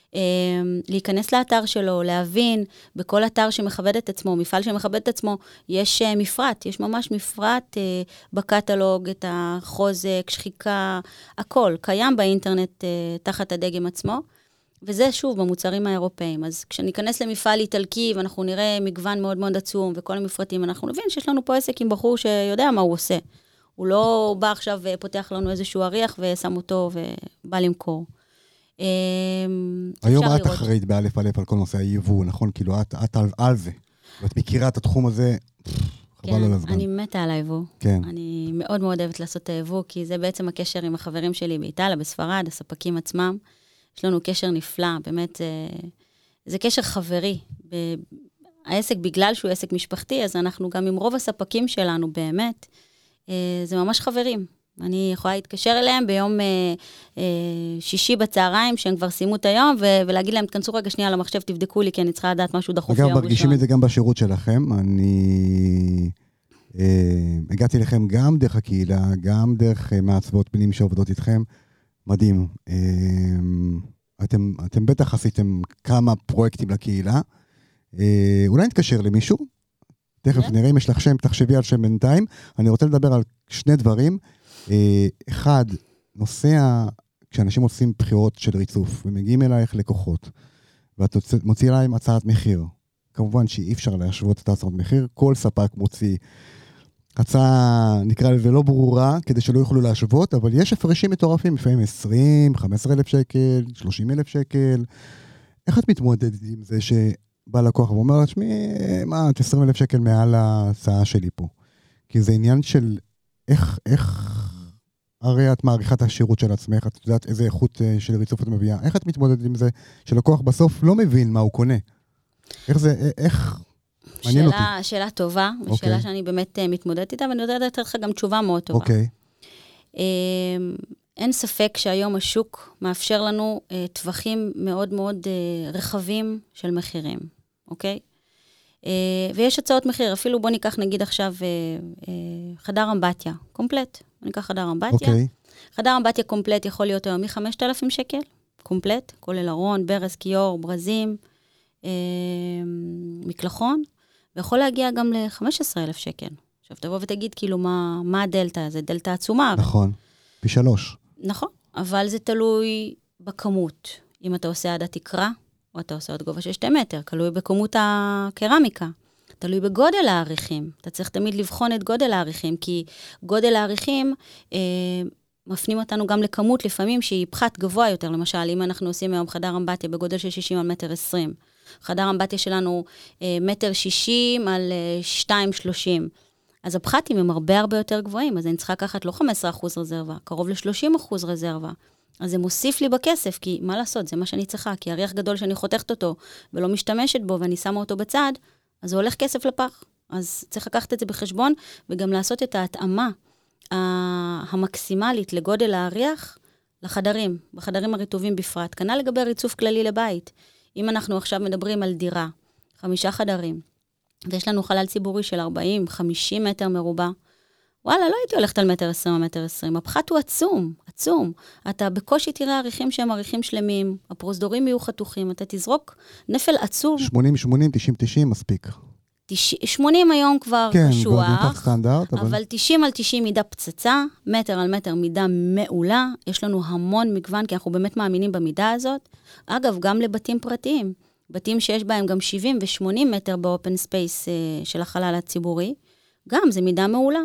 [SPEAKER 2] להיכנס לאתר שלו, להבין, בכל אתר שמכבד את עצמו, מפעל שמכבד את עצמו, יש מפרט, יש ממש מפרט בקטלוג, את החוזק, שחיקה, הכל, קיים באינטרנט תחת הדגם עצמו, וזה שוב במוצרים האירופאים. אז כשניכנס למפעל איטלקי, ואנחנו נראה מגוון מאוד מאוד עצום, וכל המפרטים, אנחנו נבין שיש לנו פה עסק עם בחור שיודע מה הוא עושה. הוא לא בא עכשיו ופותח לנו איזשהו אריח, ושם אותו ובא למכור.
[SPEAKER 1] היום את אחראית באלף אלף על כל נושא היבוא, נכון? כאילו את על זה, ואת מכירה את התחום הזה, חבל על הזמן.
[SPEAKER 2] אני מתה על היבוא. אני מאוד מאוד אוהבת לעשות את היבוא, כי זה בעצם הקשר עם החברים שלי באיטליה, בספרד, הספקים עצמם. יש לנו קשר נפלא, באמת, זה קשר חברי. העסק, בגלל שהוא עסק משפחתי, אז אנחנו גם עם רוב הספקים שלנו, באמת, זה ממש חברים. אני יכולה להתקשר אליהם ביום אה, אה, שישי בצהריים, שהם כבר סיימו את היום, ו- ולהגיד להם, תכנסו רגע שנייה למחשב, תבדקו לי, כי אני צריכה לדעת משהו דחוף יום ראשון.
[SPEAKER 1] אגב, מרגישים את זה גם בשירות שלכם. אני אה, הגעתי לכם גם דרך הקהילה, גם דרך אה, מעצבות פנים שעובדות איתכם. מדהים. אה, אתם, אתם בטח עשיתם כמה פרויקטים לקהילה. אה, אולי נתקשר למישהו? תכף נראה אם יש לך שם, תחשבי על שם בינתיים. אני רוצה לדבר על שני דברים. אחד, נושא, כשאנשים עושים בחירות של ריצוף, ומגיעים אלייך לקוחות, ואת מוציאה להם הצעת מחיר, כמובן שאי אפשר להשוות את הצעת מחיר, כל ספק מוציא הצעה, נקרא לזה לא ברורה, כדי שלא יוכלו להשוות, אבל יש הפרשים מטורפים, לפעמים עשרים, חמישה עשר אלף שקל, שלושים אלף שקל. איך את מתמודדת עם זה שבא לקוח ואומר לה, שמי, מה, עשרים אלף שקל מעל ההצעה שלי פה? כי זה עניין של איך, איך, הרי את מעריכת השירות של עצמך, את יודעת איזה איכות של ריצוף את מביאה, איך את מתמודדת עם זה שלקוח בסוף לא מבין מה הוא קונה? איך זה, איך, מעניין אותי.
[SPEAKER 2] שאלה, שאלה טובה, ושאלה שאני באמת מתמודדת איתה, ואני יודעת לתת לך גם תשובה מאוד טובה.
[SPEAKER 1] אוקיי.
[SPEAKER 2] אין ספק שהיום השוק מאפשר לנו טווחים מאוד מאוד רחבים של מחירים, אוקיי? ויש הצעות מחיר, אפילו בוא ניקח נגיד עכשיו חדר אמבטיה, קומפלט. בוא ניקח חדר אמבטיה.
[SPEAKER 1] אוקיי.
[SPEAKER 2] חדר אמבטיה קומפלט יכול להיות היום מ-חמשת אלפים שקל, קומפלט, כולל ארון, ברז, כיור, ברזים, מקלחון, ויכול להגיע גם ל-חמישה עשר אלף שקל. עכשיו תבוא ותגיד כאילו מה, מה הדלטה, זה דלטה עצומה.
[SPEAKER 1] נכון, פי שלוש.
[SPEAKER 2] נכון, אבל זה תלוי בכמות. אם אתה עושה עד התקרה, או אתה עושה עוד גובה של שתי מטר, תלוי בכמות הקרמיקה, תלוי בגודל העריכים. אתה צריך תמיד לבחון את גודל העריכים, כי גודל העריכים אה, מפנים אותנו גם לכמות לפעמים שהיא פחת גבוה יותר. למשל, אם אנחנו עושים היום חדר אמבטיה בגודל של שישים על מטר עשרים, חדר אמבטיה שלנו אה, מטר שישים על אה, שתיים שלושים, אז הפחתים הם הרבה הרבה יותר גבוהים, אז אני צריכה לקחת לא חמישה עשר אחוז רזרבה, קרוב ל-שלושים אחוז רזרבה. אז זה מוסיף לי בכסף, כי מה לעשות, זה מה שאני צריכה, כי הריח גדול שאני חותכת אותו, ולא משתמשת בו, ואני שמה אותו בצד, אז זה הולך כסף לפח. אז צריך לקחת את זה בחשבון, וגם לעשות את ההתאמה המקסימלית לגודל הריח לחדרים, בחדרים הרטובים בפרט. כנ"ל לגבי ריצוף כללי לבית. אם אנחנו עכשיו מדברים על דירה, חמישה חדרים, ויש לנו חלל ציבורי של ארבעים חמישים מטר מרובע, וואלה, לא הייתי הולכת על מטר עשרים או מטר עשרים. הפחת הוא עצום, עצום. אתה בקושי תראה עריכים שהם עריכים שלמים, הפרוזדורים יהיו חתוכים, אתה תזרוק נפל עצום.
[SPEAKER 1] שמונים שמונים, תשעים תשעים, מספיק.
[SPEAKER 2] שמונים היום כבר
[SPEAKER 1] כן,
[SPEAKER 2] קשוח,
[SPEAKER 1] כבר סטנדרט, אבל...
[SPEAKER 2] אבל תשעים על תשעים מידה פצצה, מטר על מטר מידה מעולה, יש לנו המון מגוון, כי אנחנו באמת מאמינים במידה הזאת. אגב, גם לבתים פרטיים, בתים שיש בהם גם שבעים ושמונים מטר באופן ספייס של החלל הציבורי, גם זה מידה מעולה.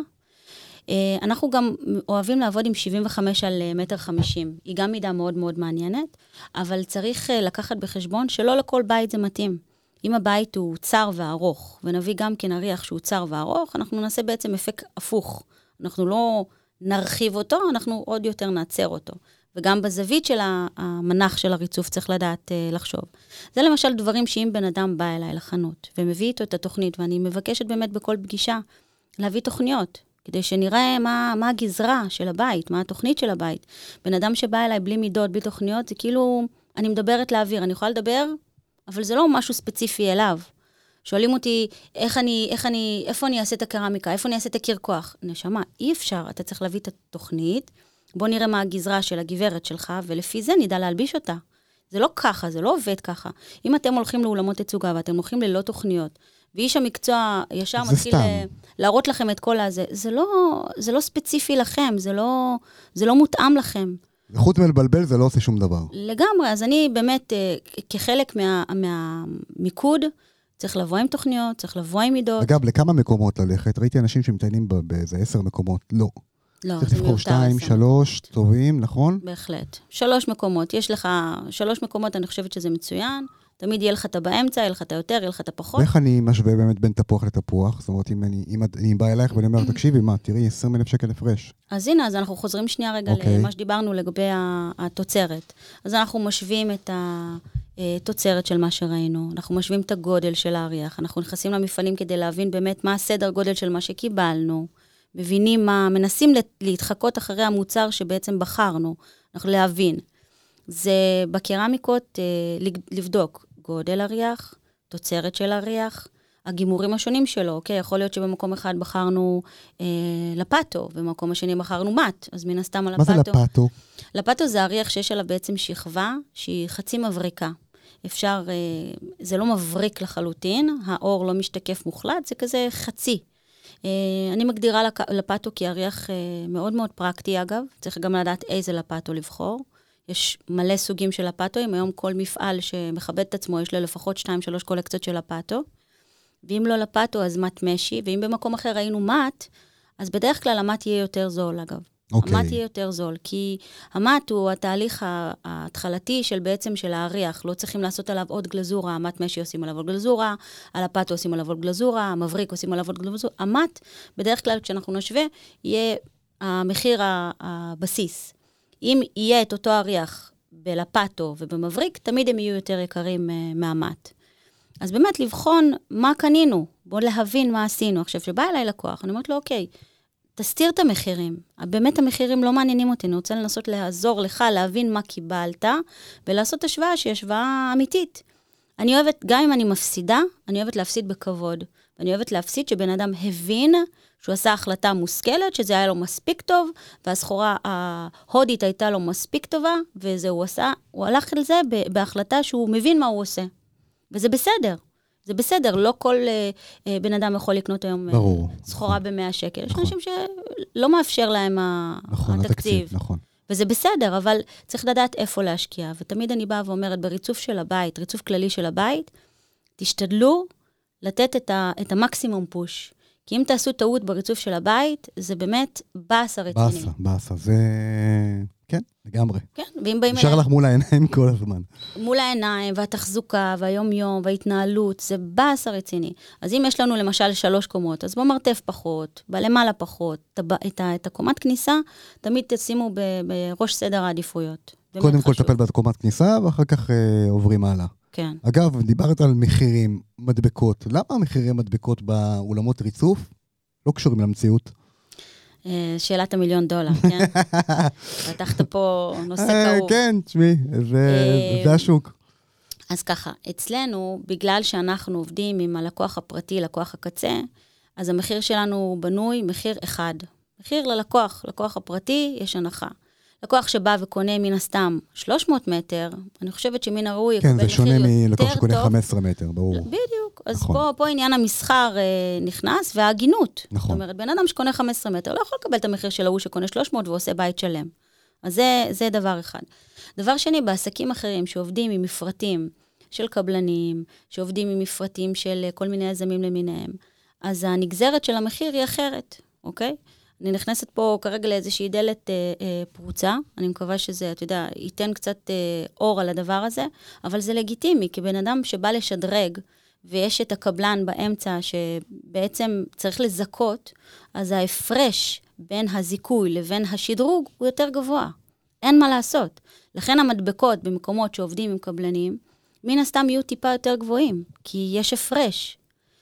[SPEAKER 2] אנחנו גם אוהבים לעבוד עם שבעים וחמש על מטר חמישים. היא גם מידה מאוד מאוד מעניינת, אבל צריך לקחת בחשבון שלא לכל בית זה מתאים. אם הבית הוא צר וארוך, ונביא גם כן הריח שהוא צר וארוך, אנחנו נעשה בעצם אפקט הפוך. אנחנו לא נרחיב אותו, אנחנו עוד יותר נעצר אותו. וגם בזווית של המנח של הריצוף צריך לדעת לחשוב. זה למשל דברים שאם בן אדם בא אליי לחנות, ומביא איתו את התוכנית, ואני מבקשת באמת בכל פגישה להביא תוכניות, כדי שנראה מה, מה הגזרה של הבית, מה התוכנית של הבית. בן אדם שבא אליי בלי מידות, בלי תוכניות, זה כאילו, אני מדברת לאוויר, אני יכולה לדבר, אבל זה לא משהו ספציפי אליו. שואלים אותי, איך אני, איך אני, איפה אני אעשה את הקרמיקה, איפה אני אעשה את הקיר כוח? נשמה, אי אפשר, אתה צריך להביא את התוכנית, בוא נראה מה הגזרה של הגברת שלך, ולפי זה נדע להלביש אותה. זה לא ככה, זה לא עובד ככה. אם אתם הולכים לאולמות תצוגה, ואתם הולכים ללא תוכניות, ואיש המקצוע ישר מתחיל להראות לכם את כל הזה, זה לא, זה לא ספציפי לכם, זה לא, זה לא מותאם לכם.
[SPEAKER 1] חוץ מלבלבל זה לא עושה שום דבר.
[SPEAKER 2] לגמרי, אז אני באמת, כחלק מה, מהמיקוד, צריך לבוא עם תוכניות, צריך לבוא עם מידות.
[SPEAKER 1] אגב, לכמה מקומות ללכת? ראיתי אנשים שמטיילים באיזה עשר מקומות, לא.
[SPEAKER 2] לא,
[SPEAKER 1] צריך לבחור שתיים, שלוש, טובים, נכון?
[SPEAKER 2] בהחלט. שלוש מקומות. יש לך שלוש מקומות, אני חושבת שזה מצוין. תמיד יהיה לך את באמצע, יהיה לך את היותר, יהיה לך את הפחות.
[SPEAKER 1] ואיך אני משווה באמת בין תפוח לתפוח? זאת אומרת, אם אני, אם אני בא אלייך ואני אומר, תקשיבי, מה, תראי, עשרים אלף שקל הפרש.
[SPEAKER 2] אז הנה, אז אנחנו חוזרים שנייה רגע okay. למה שדיברנו לגבי התוצרת. אז אנחנו משווים את התוצרת של מה שראינו, אנחנו משווים את הגודל של האריח, אנחנו נכנסים למפעלים כדי להבין באמת מה הסדר גודל של מה שקיבלנו, מבינים מה, מנסים להתחקות אחרי המוצר שבעצם בחרנו, אנחנו להבין. זה בקרמיקות לבדוק גודל הריח, תוצרת של הריח, הגימורים השונים שלו, אוקיי? יכול להיות שבמקום אחד בחרנו אה, לפטו, ובמקום השני בחרנו מת, אז מן הסתם על
[SPEAKER 1] הפטו. מה זה לפטו?
[SPEAKER 2] לפטו זה הריח שיש עליו בעצם שכבה, שהיא חצי מבריקה. אפשר, אה, זה לא מבריק לחלוטין, האור לא משתקף מוחלט, זה כזה חצי. אה, אני מגדירה לפטו כי הריח אה, מאוד מאוד פרקטי אגב, צריך גם לדעת איזה לפטו לבחור. יש מלא סוגים של לפטוים, היום כל מפעל שמכבד את עצמו, יש לו לפחות שתיים, שלוש קולקציות של לפטו, ואם לא לפטו, אז מת משי, ואם במקום אחר ראינו מת, אז בדרך כלל המט יהיה יותר זול, אגב. Okay. המט יהיה יותר זול, כי המט הוא התהליך ההתחלתי של בעצם של האריח, לא צריכים לעשות עליו עוד גלזורה, המט משי עושים עליו עוד גלזורה, על הפטו עושים עליו עוד גלזורה, המבריק עושים עליו עוד גלזורה, המט, בדרך כלל כשאנחנו נשווה, יהיה המחיר הבסיס. אם יהיה את אותו אריח בלפטו ובמבריק, תמיד הם יהיו יותר יקרים מהמט. אז באמת לבחון מה קנינו, בוא להבין מה עשינו. עכשיו שבא אליי לקוח, אני אומרת לו, אוקיי, תסתיר את המחירים. באמת המחירים לא מעניינים אותי, אני רוצה לנסות לעזור לך, להבין מה קיבלת, ולעשות השוואה שהיא השוואה אמיתית. אני אוהבת, גם אם אני מפסידה, אני אוהבת להפסיד בכבוד. ואני אוהבת להפסיד שבן אדם הבין שהוא עשה החלטה מושכלת, שזה היה לו מספיק טוב, והסחורה ההודית הייתה לו מספיק טובה, וזה הוא עשה, הוא הלך על זה בהחלטה שהוא מבין מה הוא עושה. וזה בסדר. זה בסדר, לא כל אה, אה, בן אדם יכול לקנות היום
[SPEAKER 1] ברור,
[SPEAKER 2] סחורה נכון. ב-מאה שקל. נכון. יש אנשים שלא מאפשר להם
[SPEAKER 1] נכון,
[SPEAKER 2] התקציב.
[SPEAKER 1] התקציב. נכון.
[SPEAKER 2] וזה בסדר, אבל צריך לדעת איפה להשקיע. ותמיד אני באה ואומרת, בריצוף של הבית, ריצוף כללי של הבית, תשתדלו לתת את, ה, את המקסימום פוש. כי אם תעשו טעות בריצוף של הבית, זה באמת באסה רציני.
[SPEAKER 1] באסה, באסה. זה... כן, לגמרי.
[SPEAKER 2] כן, ואם באים...
[SPEAKER 1] נשאר לך מול העיניים כל הזמן.
[SPEAKER 2] מול העיניים, והתחזוקה, והיום-יום, וההתנהלות, זה באסה רציני. אז אם יש לנו למשל שלוש קומות, אז במרתף פחות, בלמעלה פחות, את, ה, את הקומת כניסה, תמיד תשימו ב, בראש סדר העדיפויות.
[SPEAKER 1] קודם כל תטפל בקומת כניסה, ואחר כך אה, עוברים הלאה.
[SPEAKER 2] כן.
[SPEAKER 1] אגב, דיברת על מחירים, מדבקות. למה המחירים מדבקות באולמות ריצוף? לא קשורים למציאות.
[SPEAKER 2] שאלת המיליון דולר, כן? פתחת פה נושא כאוב.
[SPEAKER 1] כן, תשמעי, זה השוק.
[SPEAKER 2] אז ככה, אצלנו, בגלל שאנחנו עובדים עם הלקוח הפרטי, לקוח הקצה, אז המחיר שלנו בנוי מחיר אחד. מחיר ללקוח, לקוח הפרטי, יש הנחה. לקוח שבא וקונה מן הסתם שלוש מאות מטר, אני חושבת שמן הראוי יקבל מחיר יותר טוב.
[SPEAKER 1] כן, זה שונה מלקוח שקונה חמש עשרה מטר, ברור.
[SPEAKER 2] בדיוק. אז פה, פה עניין המסחר אה, נכנס, וההגינות.
[SPEAKER 1] נכון.
[SPEAKER 2] זאת אומרת, בן אדם שקונה חמש עשרה מטר, לא יכול לקבל את המחיר של ההוא שקונה שלוש מאות ועושה בית שלם. אז זה, זה דבר אחד. דבר שני, בעסקים אחרים שעובדים עם מפרטים של קבלנים, שעובדים עם מפרטים של כל מיני יזמים למיניהם, אז הנגזרת של המחיר היא אחרת, אוקיי? אני נכנסת פה כרגע לאיזושהי דלת אה, אה, פרוצה, אני מקווה שזה, אתה יודע, ייתן קצת אה, אור על הדבר הזה, אבל זה לגיטימי, כי בן אדם שבא לשדרג, ויש את הקבלן באמצע שבעצם צריך לזכות, אז ההפרש בין הזיכוי לבין השדרוג הוא יותר גבוה. אין מה לעשות. לכן המדבקות במקומות שעובדים עם קבלנים, מן הסתם יהיו טיפה יותר גבוהים, כי יש הפרש.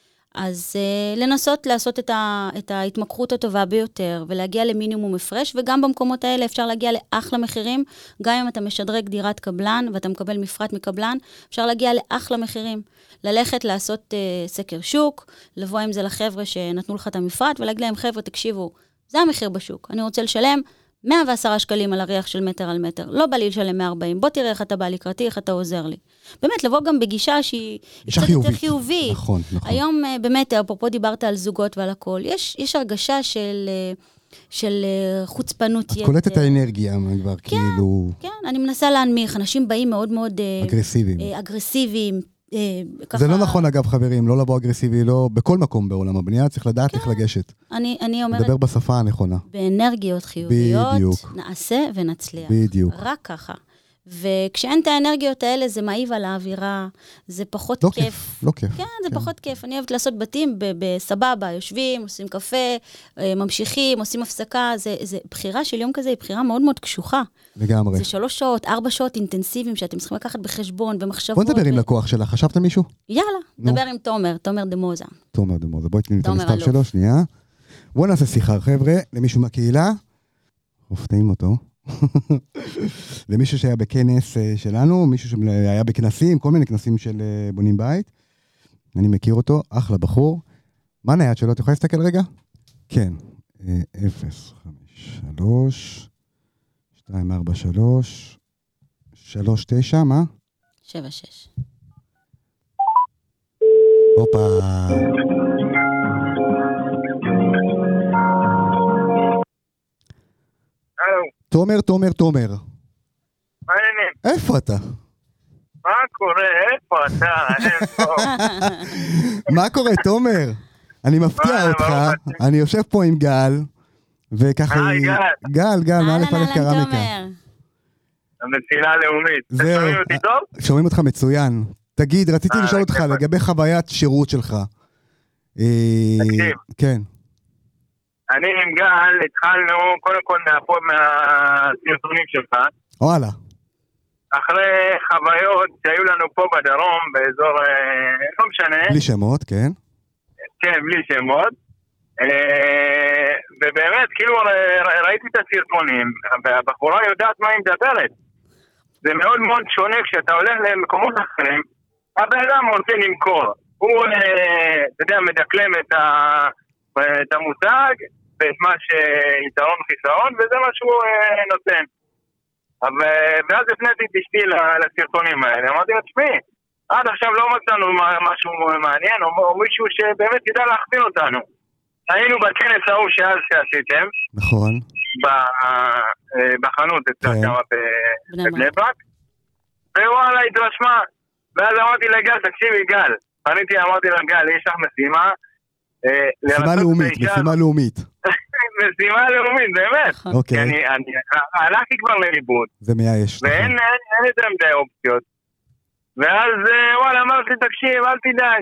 [SPEAKER 2] אז uh, לנסות לעשות את, ה, את ההתמקחות הטובה ביותר, ולהגיע למינימום הפרש, וגם במקומות האלה אפשר להגיע לאחלה מחירים, גם אם אתה משדרג דירת קבלן, ואתה מקבל מפרט מקבלן, אפשר להגיע לאחלה מחירים. ללכת לעשות uh, סקר שוק, לבוא עם זה לחבר'ה שנתנו לך את המפרט, ולהגיד להם, חבר'ה, תקשיבו, זה המחיר בשוק. אני רוצה לשלם מאה ועשרה שקלים על הריח של מטר על מטר. לא בא לי לשלם מאה וארבעים. בוא תראה איך אתה בא לקראתי, איך אתה עוזר לי. באמת, לבוא גם בגישה שהיא קצת יותר חיובית.
[SPEAKER 1] נכון, נכון.
[SPEAKER 2] היום, באמת, אפרופו דיברת על זוגות ועל הכל. יש, יש הרגשה של, של חוצפנות יתר.
[SPEAKER 1] את קולטת את האנרגיה, כבר
[SPEAKER 2] כן,
[SPEAKER 1] כאילו...
[SPEAKER 2] כן, אני מנסה להנמיך. אנשים באים מאוד מאוד...
[SPEAKER 1] אגרסיביים.
[SPEAKER 2] אגרסיביים.
[SPEAKER 1] זה לא נכון, אגב, חברים, לא לבוא אגרסיבי, לא בכל מקום בעולם הבנייה, צריך לדעת איך לגשת.
[SPEAKER 2] אני, אני אומרת...
[SPEAKER 1] לדבר בשפה הנכונה.
[SPEAKER 2] באנרגיות חיוביות,
[SPEAKER 1] בדיוק.
[SPEAKER 2] נעשה ונצליח.
[SPEAKER 1] בדיוק.
[SPEAKER 2] רק ככה. וכשאין את האנרגיות האלה, זה מעיב על האווירה, זה פחות
[SPEAKER 1] לא
[SPEAKER 2] כיף.
[SPEAKER 1] כיף. לא כיף.
[SPEAKER 2] כן, זה כן. פחות כיף. אני אוהבת לעשות בתים בסבבה, יושבים, עושים קפה, ממשיכים, עושים הפסקה. זה, זה, בחירה של יום כזה היא בחירה מאוד מאוד קשוחה.
[SPEAKER 1] לגמרי.
[SPEAKER 2] זה שלוש שעות, ארבע שעות אינטנסיביים שאתם צריכים לקחת בחשבון ומחשבות.
[SPEAKER 1] בוא נדבר
[SPEAKER 2] ו...
[SPEAKER 1] עם לקוח שלך. חשבת מישהו?
[SPEAKER 2] יאללה, נדבר עם תומר, תומר דמוזה.
[SPEAKER 1] תומר דמוזה. בואי תני את המספר שלו, שנייה. בוא נעשה שיחה, חבר'ה, למישהו מהקהילה. רופאים אותו. למישהו שהיה בכנס שלנו, מישהו שהיה בכנסים, כל מיני כנסים של בונים בית. אני מכיר אותו, אחלה בחור. מה נייד שלו? אתה יכול להסתכל רגע? כן. אפס, חמש, שלוש, שתיים, ארבע, שלוש, שלוש, תשע, מה?
[SPEAKER 2] שבע, שש.
[SPEAKER 1] הופה. תומר, תומר, תומר.
[SPEAKER 3] מה העניינים?
[SPEAKER 1] איפה אתה?
[SPEAKER 3] מה קורה? איפה אתה? איפה?
[SPEAKER 1] מה קורה, תומר? אני מפתיע אותך, אני יושב פה עם גל, וככה...
[SPEAKER 3] אה, גל.
[SPEAKER 1] גל, גל, מה אלף אלף קרמיקה?
[SPEAKER 3] המסילה הלאומית. אתם שומעים אותי טוב?
[SPEAKER 1] שומעים אותך מצוין. תגיד, רציתי לשאול אותך לגבי חוויית שירות שלך.
[SPEAKER 3] תקשיב.
[SPEAKER 1] כן.
[SPEAKER 3] אני עם גל התחלנו קודם כל מהסרטונים שלך.
[SPEAKER 1] וואלה.
[SPEAKER 3] אחרי חוויות שהיו לנו פה בדרום, באזור, לא משנה.
[SPEAKER 1] בלי שמות, כן.
[SPEAKER 3] כן, בלי שמות. ובאמת, כאילו ראיתי את הסרטונים, והבחורה יודעת מה היא מדברת. זה מאוד מאוד שונה כשאתה הולך למקומות אחרים, הבן אדם רוצה למכור. הוא, אתה יודע, מדקלם את, ה, את המותג, ואת מה שיתרון חיסרון, וזה מה שהוא נותן. ואז הפניתי את אשתי לסרטונים האלה. אמרתי לה, תשמעי, עד עכשיו לא מצאנו משהו מעניין, או מישהו שבאמת ידע להכווין אותנו. היינו בכנס ההוא שאז שעשיתם.
[SPEAKER 1] נכון.
[SPEAKER 3] בחנות אצלך כמה בבני ברק. ווואלה, התרשמה. ואז אמרתי לגל, תקשיבי גל. פניתי, אמרתי לגל, יש לך משימה.
[SPEAKER 1] משימה לאומית, משימה לאומית.
[SPEAKER 3] משימה לאומית, באמת.
[SPEAKER 1] אוקיי.
[SPEAKER 3] אני הלכתי כבר לאיבוד.
[SPEAKER 1] זה מייאש.
[SPEAKER 3] ואין יותר מדי אופציות. ואז וואלה, אמרתי, תקשיב, אל תדאג.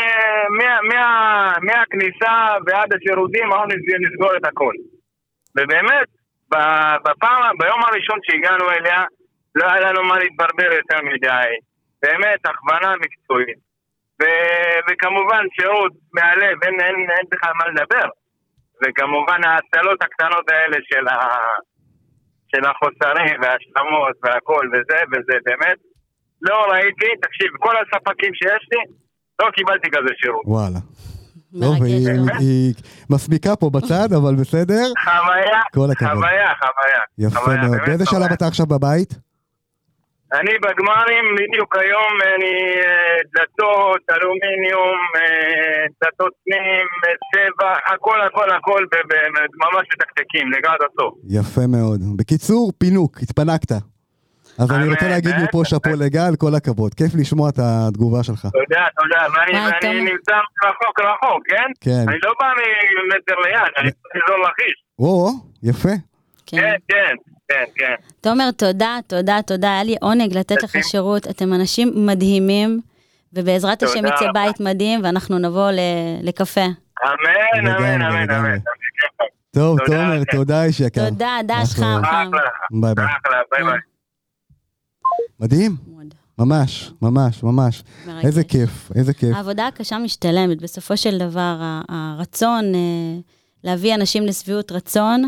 [SPEAKER 3] מהכניסה ועד השירותים, אנחנו נסגור את הכל. ובאמת, בפעם, ביום הראשון שהגענו אליה, לא היה לנו מה להתברבר יותר מדי. באמת, הכוונה מקצועית. וכמובן, שירות מהלב, אין, אין, אין בכלל מה לדבר. וכמובן, ההצלות הקטנות האלה של, ה... של החוסרים והשלמות והכל וזה, וזה באמת, לא ראיתי, תקשיב, כל הספקים שיש לי, לא קיבלתי כזה שירות.
[SPEAKER 1] וואלה. טוב, היא מסמיקה פה בצד, אבל בסדר.
[SPEAKER 3] חוויה,
[SPEAKER 1] כל הכבוד.
[SPEAKER 3] חוויה, חוויה.
[SPEAKER 1] יפה מאוד. באיזה שלב אתה עכשיו בבית?
[SPEAKER 3] אני בגמרים, בדיוק היום, אני דלתות, אלומיניום, דלתות פנים, צבע, הכל, הכל, הכל, ממש מתקתקים, לגעת הסוף.
[SPEAKER 1] יפה מאוד. בקיצור, פינוק, התפנקת. אז אני רוצה להגיד מפה שפו לגל, כל הכבוד. כיף לשמוע את התגובה שלך.
[SPEAKER 3] תודה, תודה. ואני נמצא רחוק רחוק, כן?
[SPEAKER 1] כן.
[SPEAKER 3] אני לא בא ממטר ליד, אני באזור לכיש.
[SPEAKER 1] או, יפה.
[SPEAKER 3] כן, כן, כן, כן.
[SPEAKER 2] תומר, תודה, תודה, תודה. היה לי עונג לתת לך שירות. אתם אנשים מדהימים, ובעזרת השם יצא בית מדהים, ואנחנו נבוא לקפה.
[SPEAKER 3] אמן, אמן, אמן, אמן.
[SPEAKER 1] טוב, תומר, תודה איש יקר.
[SPEAKER 2] תודה, דש חם.
[SPEAKER 1] ביי ביי.
[SPEAKER 3] ביי ביי.
[SPEAKER 1] מדהים, ממש, ממש, ממש. איזה כיף, איזה כיף.
[SPEAKER 2] העבודה הקשה משתלמת, בסופו של דבר, הרצון להביא אנשים לשביעות רצון.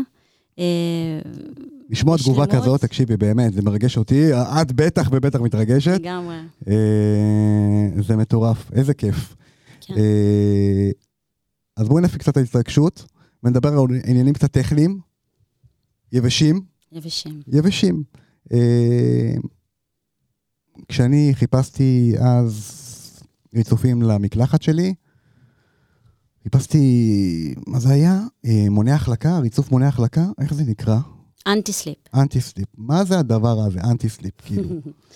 [SPEAKER 1] לשמוע תגובה כזאת, תקשיבי, באמת, זה מרגש אותי, את בטח ובטח מתרגשת.
[SPEAKER 2] לגמרי.
[SPEAKER 1] זה מטורף, איזה כיף. אז בואי נפיק קצת ההתרגשות, ונדבר על עניינים קצת טכניים, יבשים.
[SPEAKER 2] יבשים.
[SPEAKER 1] יבשים. כשאני חיפשתי אז ריצופים למקלחת שלי, חיפשתי, מה זה היה? מונע החלקה, ריצוף מונע החלקה, איך זה נקרא?
[SPEAKER 2] אנטי-סליפ.
[SPEAKER 1] אנטי-סליפ. מה זה הדבר הזה, אנטי-סליפ, כאילו?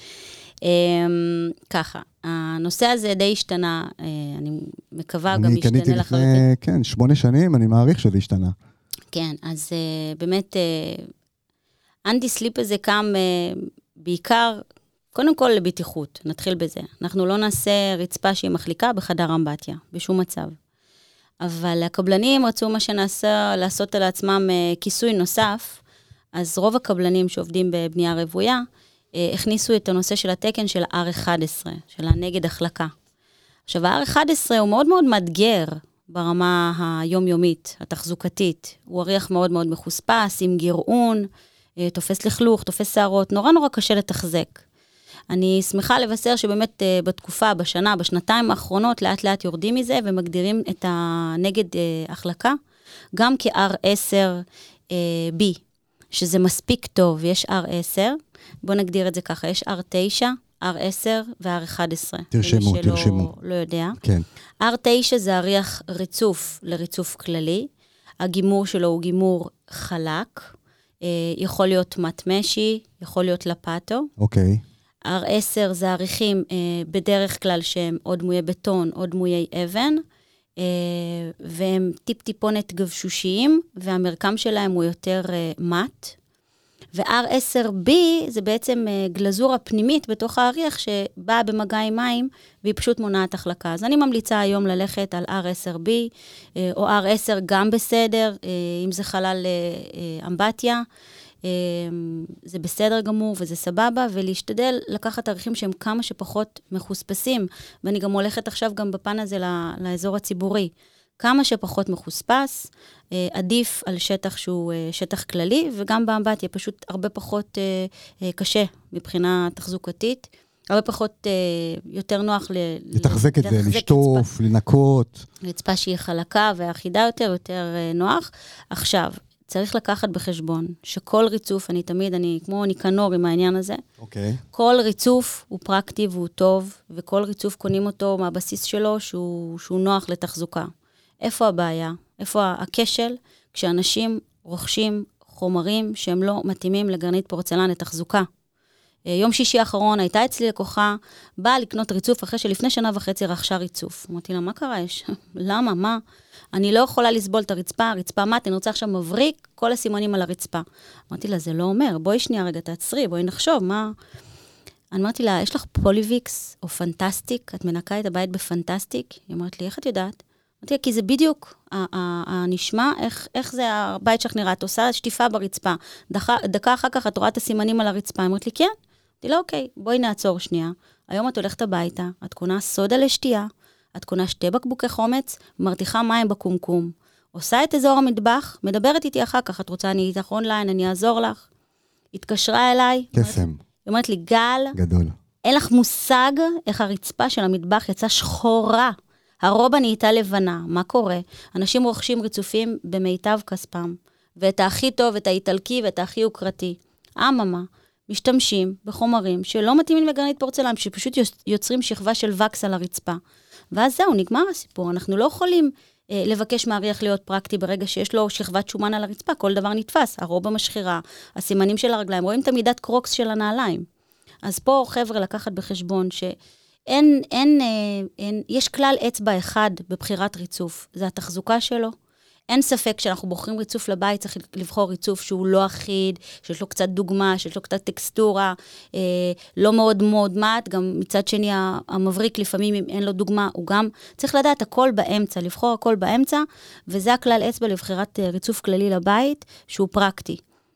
[SPEAKER 2] ככה, הנושא הזה די השתנה, אני מקווה גם
[SPEAKER 1] אני
[SPEAKER 2] ישתנה
[SPEAKER 1] קניתי
[SPEAKER 2] לך.
[SPEAKER 1] לפני, כן, שמונה שנים, אני מעריך שזה השתנה.
[SPEAKER 2] כן, אז באמת, אנטי-סליפ הזה קם בעיקר, קודם כל לבטיחות, נתחיל בזה. אנחנו לא נעשה רצפה שהיא מחליקה בחדר אמבטיה, בשום מצב. אבל הקבלנים רצו מה שנעשה, לעשות על עצמם כיסוי נוסף, אז רוב הקבלנים שעובדים בבנייה רוויה, הכניסו את הנושא של התקן של אר אחת עשרה, של הנגד החלקה. עכשיו, ה-אר אחת עשרה הוא מאוד מאוד מאתגר ברמה היומיומית, התחזוקתית. הוא אריח מאוד מאוד מחוספס, עם גרעון, תופס לכלוך, תופס שערות, נורא נורא קשה לתחזק. אני שמחה לבשר שבאמת בתקופה, בשנה, בשנתיים האחרונות, לאט לאט יורדים מזה ומגדירים את הנגד החלקה, גם כ-אר עשר בי, שזה מספיק טוב, יש אר עשר, בואו נגדיר את זה ככה, יש אר תשע, אר עשר ו-אר אחת עשרה.
[SPEAKER 1] תרשמו,
[SPEAKER 2] שלא,
[SPEAKER 1] תרשמו.
[SPEAKER 2] לא יודע.
[SPEAKER 1] כן.
[SPEAKER 2] אר תשע זה אריח ריצוף לריצוף כללי, הגימור שלו הוא גימור חלק, יכול להיות מטמשי, יכול להיות לפטו.
[SPEAKER 1] אוקיי.
[SPEAKER 2] אר עשר זה עריכים אה, בדרך כלל שהם או דמויי בטון או דמויי אבן, אה, והם טיפ-טיפונת גבשושיים, והמרקם שלהם הוא יותר אה, מט. ו-אר עשר בי זה בעצם אה, גלזורה פנימית בתוך האריח שבאה במגע עם מים, והיא פשוט מונעת החלקה. אז אני ממליצה היום ללכת על אר עשר בי, אה, או אר עשר גם בסדר, אה, אם זה חלל אה, אמבטיה, זה בסדר גמור וזה סבבה, ולהשתדל לקחת עריכים שהם כמה שפחות מחוספסים, ואני גם הולכת עכשיו גם בפן הזה לאזור הציבורי, כמה שפחות מחוספס, עדיף על שטח שהוא שטח כללי, וגם באמבטיה פשוט הרבה פחות קשה מבחינה תחזוקתית, הרבה פחות יותר נוח
[SPEAKER 1] לתחזק את זה, לשטוף, לנקות.
[SPEAKER 2] רצפה שהיא חלקה ואחידה יותר, יותר נוח. עכשיו, צריך לקחת בחשבון שכל ריצוף, אני תמיד, אני כמו ניקנור עם העניין הזה,
[SPEAKER 1] אוקיי.
[SPEAKER 2] כל ריצוף הוא פרקטי והוא טוב, וכל ריצוף קונים אותו מהבסיס שלו שהוא, שהוא נוח לתחזוקה. איפה הבעיה? איפה הכשל? כשאנשים רוכשים חומרים שהם לא מתאימים לגרנית פורצלן לתחזוקה. יום שישי האחרון הייתה אצלי לקוחה, באה לקנות ריצוף אחרי שלפני שנה וחצי רכשה ריצוף. אמרתי לה, מה קרה? יש? למה? מה? אני לא יכולה לסבול את הרצפה, הרצפה מת, אני רוצה עכשיו מבריק, כל הסימנים על הרצפה. אמרתי לה, זה לא אומר, בואי שנייה רגע, תעצרי, בואי נחשוב, מה? אני אמרתי לה, יש לך פוליוויקס או פנטסטיק? את מנקה את הבית בפנטסטיק? היא אמרת לי, איך את יודעת? אמרתי לה, כי זה בדיוק הנשמע, איך, איך זה הבית שלך נראה, את עושה שטיפה ברצפה, דקה, דקה אחר כך את רואה את הסימנים על הרצפה, אמרת לי, כן? אמרתי לה, אוקיי, בואי נעצור שנייה, היום את הולכת הביתה, את קונה סודה לשתייה, את קונה שתי בקבוקי חומץ, מרתיחה מים בקומקום, עושה את אזור המטבח, מדברת איתי אחר כך, את רוצה, אני איתך אונליין, אני אעזור לך. התקשרה אליי.
[SPEAKER 1] קסם.
[SPEAKER 2] היא אומרת לי, גל,
[SPEAKER 1] גדול.
[SPEAKER 2] אין לך מושג איך הרצפה של המטבח יצאה שחורה. הרובה נהייתה לבנה. מה קורה? אנשים רוכשים ריצופים במיטב כספם, ואת הכי טוב, את האיטלקי ואת הכי יוקרתי. אממה, משתמשים בחומרים שלא מתאימים לגרנית פורצלן, שפשוט יוצרים שכבה של וקס על הרצפה. ואז זהו, נגמר הסיפור. אנחנו לא יכולים אה, לבקש מעריך להיות פרקטי ברגע שיש לו שכבת שומן על הרצפה, כל דבר נתפס, הרובה משחירה, הסימנים של הרגליים, רואים את המידת קרוקס של הנעליים. אז פה חבר'ה לקחת בחשבון שאין, אין, אה, אין, יש כלל אצבע אחד בבחירת ריצוף, זה התחזוקה שלו. אין ספק שאנחנו בוחרים ריצוף לבית, צריך לבחור ריצוף שהוא לא אחיד, שיש לו קצת דוגמה, שיש לו קצת טקסטורה, אה, לא מאוד מאוד מעט, גם מצד שני המבריק לפעמים אם אין לו דוגמה, הוא גם צריך לדעת הכל באמצע, לבחור הכל באמצע, וזה הכלל אצבע לבחירת ריצוף כללי לבית, שהוא פרקטי.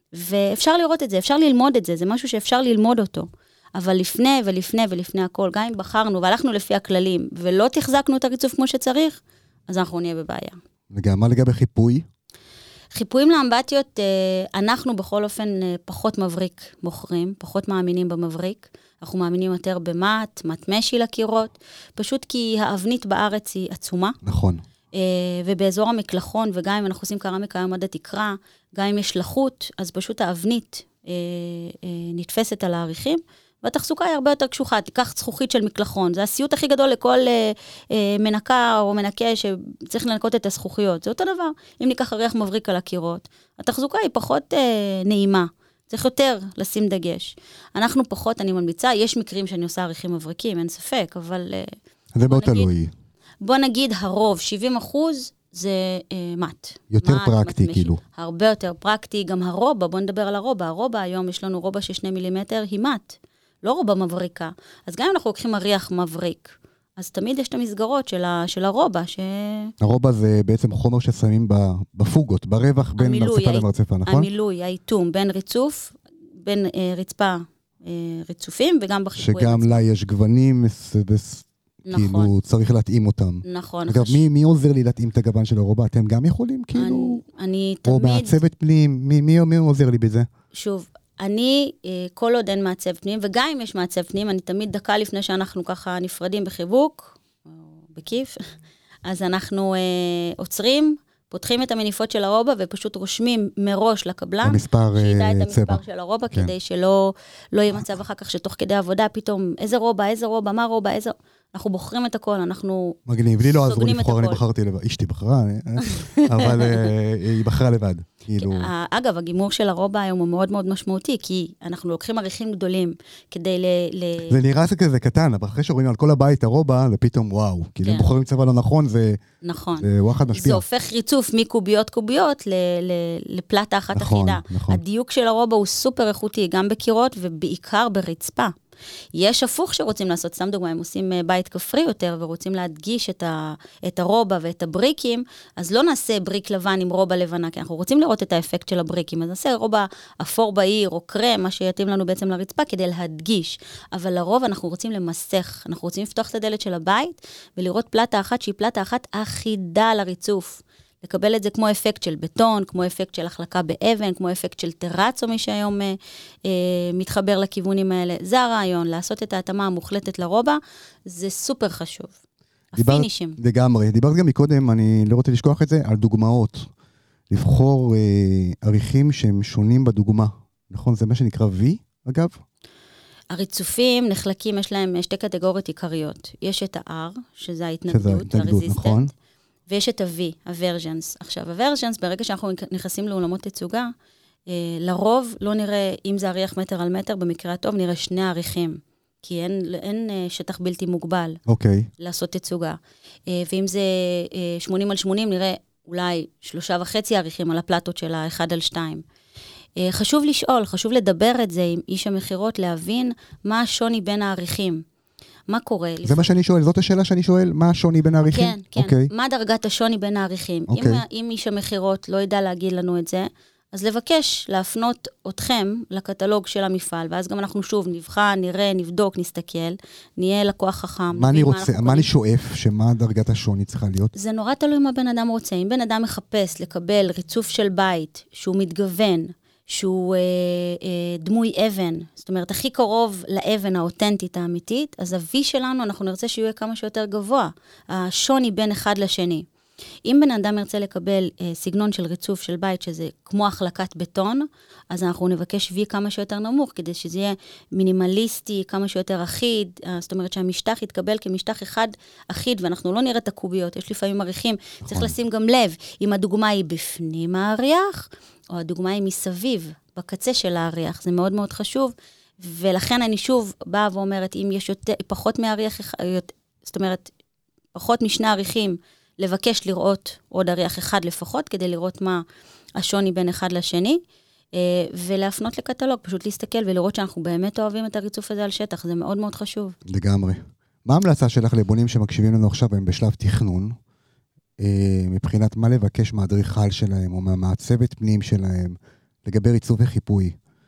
[SPEAKER 2] ואפשר לראות את זה, אפשר ללמוד את זה, זה משהו שאפשר ללמוד אותו. אבל לפני ולפני ולפני הכל, גם אם בחרנו והלכנו לפי הכללים, ולא תחזקנו את הריצוף כמו שצריך, אז אנחנו נהיה בבעיה.
[SPEAKER 1] וגם מה לגבי חיפוי?
[SPEAKER 2] חיפויים לאמבטיות, אנחנו בכל אופן פחות מבריק מוכרים, פחות מאמינים במבריק. אנחנו מאמינים יותר במט, מט משי לקירות, פשוט כי האבנית בארץ היא עצומה.
[SPEAKER 1] נכון.
[SPEAKER 2] ובאזור המקלחון, וגם אם אנחנו עושים קרמיקה היום עד התקרה, גם אם יש לחות, אז פשוט האבנית נתפסת על העריכים, והתחזוקה היא הרבה יותר קשוחה, תיקח זכוכית של מקלחון, זה הסיוט הכי גדול לכל אה, אה, מנקה או מנקה שצריך לנקות את הזכוכיות, זה אותו דבר, אם ניקח הריח מבריק על הקירות, התחזוקה היא פחות אה, נעימה, צריך יותר לשים דגש. אנחנו פחות, אני ממליצה, יש מקרים שאני עושה עריכים מבריקים, אין ספק, אבל... אה,
[SPEAKER 1] זה מאוד תלוי.
[SPEAKER 2] בוא נגיד הרוב, שבעים אחוז, זה אה, מת.
[SPEAKER 1] יותר
[SPEAKER 2] מת,
[SPEAKER 1] פרקטי,
[SPEAKER 2] מת
[SPEAKER 1] כאילו.
[SPEAKER 2] הרבה יותר פרקטי, גם הרובה, בוא נדבר על הרובה, הרובה היום יש לנו רובה של שני מילימטר, היא מת. לא רובה מבריקה. אז גם אם אנחנו לוקחים מריח מבריק, אז תמיד יש את המסגרות של, ה, של הרובה. ש...
[SPEAKER 1] הרובה זה בעצם חומר ששמים בפוגות, ברווח בין מרצפה למרצפה, נכון?
[SPEAKER 2] המילוי, האיתום, בין ריצוף, בין אה, רצפה אה, ריצופים, וגם בחיפוי.
[SPEAKER 1] שגם לה יש גוונים, נכון. כאילו צריך להתאים אותם.
[SPEAKER 2] נכון.
[SPEAKER 1] אגב, מי, מי עוזר לי להתאים את הגוון של הרובה? אתם גם יכולים, כאילו?
[SPEAKER 2] אני, אני
[SPEAKER 1] או
[SPEAKER 2] תמיד...
[SPEAKER 1] מעצבת פנים, מי, מי, מי עוזר לי בזה?
[SPEAKER 2] שוב, אני, כל עוד אין מעצב פנים, וגם אם יש מעצב פנים, אני תמיד דקה לפני שאנחנו ככה נפרדים בחיבוק, או בכיף, אז אנחנו אה, עוצרים, פותחים את המניפות של הרובה, ופשוט רושמים מראש לקבלן,
[SPEAKER 1] המספר,
[SPEAKER 2] שידע את
[SPEAKER 1] צבע.
[SPEAKER 2] המספר של הרובה,
[SPEAKER 1] כן.
[SPEAKER 2] כדי שלא לא יהיה מצב אחר כך, שתוך כדי עבודה, פתאום איזה רובה, איזה רובה, מה רובה, איזה... אנחנו בוחרים את הכל, אנחנו
[SPEAKER 1] מגניב, לי לא עזרו לבחור, אני בחרתי לבד, אשתי בחרה, אבל היא בחרה לבד.
[SPEAKER 2] אגב, הגימור של הרובה היום הוא מאוד מאוד משמעותי, כי אנחנו לוקחים עריכים גדולים כדי ל...
[SPEAKER 1] זה נראה כזה קטן, אבל אחרי שרואים על כל הבית הרובה, לפתאום וואו, כאילו אם בוחרים צבע לא נכון, זה וואחד משפיע.
[SPEAKER 2] זה הופך ריצוף מקוביות קוביות לפלטה אחת אחידה. הדיוק של הרובה הוא סופר איכותי, גם בקירות ובעיקר ברצפה. יש הפוך שרוצים לעשות, סתם דוגמה, הם עושים בית כפרי יותר, ורוצים להדגיש את, ה, את הרובה ואת הבריקים, אז לא נעשה בריק לבן עם רובה לבנה, כי אנחנו רוצים לראות את האפקט של הבריקים, אז נעשה רובה אפור בעיר או קרם, מה שיתאים לנו בעצם לרצפה, כדי להדגיש. אבל לרוב אנחנו רוצים למסך, אנחנו רוצים לפתוח את הדלת של הבית, ולראות פלטה אחת שהיא פלטה אחת אחידה לריצוף. לקבל את זה כמו אפקט של בטון, כמו אפקט של החלקה באבן, כמו אפקט של טרץ, או מי שהיום אה, אה, מתחבר לכיוונים האלה. זה הרעיון, לעשות את ההתאמה המוחלטת לרובה, זה סופר חשוב.
[SPEAKER 1] דיברת,
[SPEAKER 2] הפינישים.
[SPEAKER 1] לגמרי. דיברת גם מקודם, אני לא רוצה לשכוח את זה, על דוגמאות. לבחור אה, עריכים שהם שונים בדוגמה. נכון? זה מה שנקרא V, אגב?
[SPEAKER 2] הריצופים נחלקים, יש להם שתי קטגוריות עיקריות. יש את ה-R, שזה ההתנגדות, הרזיסטנט,
[SPEAKER 1] נכון.
[SPEAKER 2] ויש את ה-V, הוורז'נס. עכשיו, הוורז'נס, ברגע שאנחנו נכנסים לעולמות תצוגה, אה, לרוב לא נראה, אם זה אריח מטר על מטר, במקרה הטוב נראה שני עריכים, כי אין, אין אה, שטח בלתי מוגבל
[SPEAKER 1] אוקיי.
[SPEAKER 2] לעשות תצוגה. אה, ואם זה אה, שמונים על שמונים, נראה אולי שלושה וחצי עריכים על הפלטות של ה-אחד על שתיים. חשוב לשאול, חשוב לדבר את זה עם איש המחירות, להבין מה השוני בין העריכים. מה קורה?
[SPEAKER 1] זה מה שאני שואל, זאת השאלה שאני שואל, מה השוני בין העריכים?
[SPEAKER 2] כן, כן. Okay. מה דרגת השוני בין העריכים? Okay. אם, אם איש המחירות לא ידע להגיד לנו את זה, אז לבקש להפנות אתכם לקטלוג של המפעל, ואז גם אנחנו שוב נבחן, נראה, נבדוק, נסתכל, נהיה לקוח חכם.
[SPEAKER 1] מה אני רוצה, מה, מה אני שואף, שמה דרגת השוני צריכה להיות?
[SPEAKER 2] זה נורא תלוי מה בן אדם רוצה. אם בן אדם מחפש לקבל ריצוף של בית, שהוא מתגוון, שהוא אה, אה, דמוי אבן, זאת אומרת, הכי קרוב לאבן האותנטית האמיתית, אז ה-V שלנו, אנחנו נרצה שיהיה כמה שיותר גבוה, השוני בין אחד לשני. אם בן אדם ירצה לקבל אה, סגנון של ריצוף של בית, שזה כמו החלקת בטון, אז אנחנו נבקש V כמה שיותר נמוך, כדי שזה יהיה מינימליסטי, כמה שיותר אחיד, אה, זאת אומרת שהמשטח יתקבל כמשטח אחד אחיד, ואנחנו לא נראה את הקוביות, יש לפעמים עריכים, נכון. צריך לשים גם לב, אם הדוגמה היא בפנים האריח, או הדוגמה היא מסביב, בקצה של האריח, זה מאוד מאוד חשוב, ולכן אני שוב באה ואומרת, אם יש יותר, פחות מאריח, זאת אומרת, פחות משני עריכים, לבקש לראות עוד אריח אחד לפחות, כדי לראות מה השוני בין אחד לשני, ולהפנות לקטלוג, פשוט להסתכל ולראות שאנחנו באמת אוהבים את הריצוף הזה על שטח, זה מאוד מאוד חשוב.
[SPEAKER 1] לגמרי. מה ההמלצה שלך לבונים שמקשיבים לנו עכשיו, הם בשלב תכנון, מבחינת מה לבקש מהאדריכל שלהם, או מהמעצבת פנים שלהם, לגבי ריצוף וחיפוי?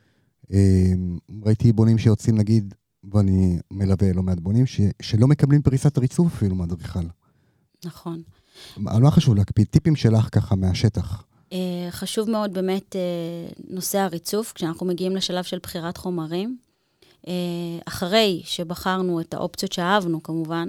[SPEAKER 1] ראיתי בונים שיוצאים, נגיד, ואני מלווה לא מעט בונים, שלא מקבלים פריסת ריצוף אפילו מהאדריכל.
[SPEAKER 2] נכון.
[SPEAKER 1] מה חשוב להקפיד? טיפים שלך ככה מהשטח.
[SPEAKER 2] חשוב מאוד באמת נושא הריצוף, כשאנחנו מגיעים לשלב של בחירת חומרים, אחרי שבחרנו את האופציות שאהבנו כמובן,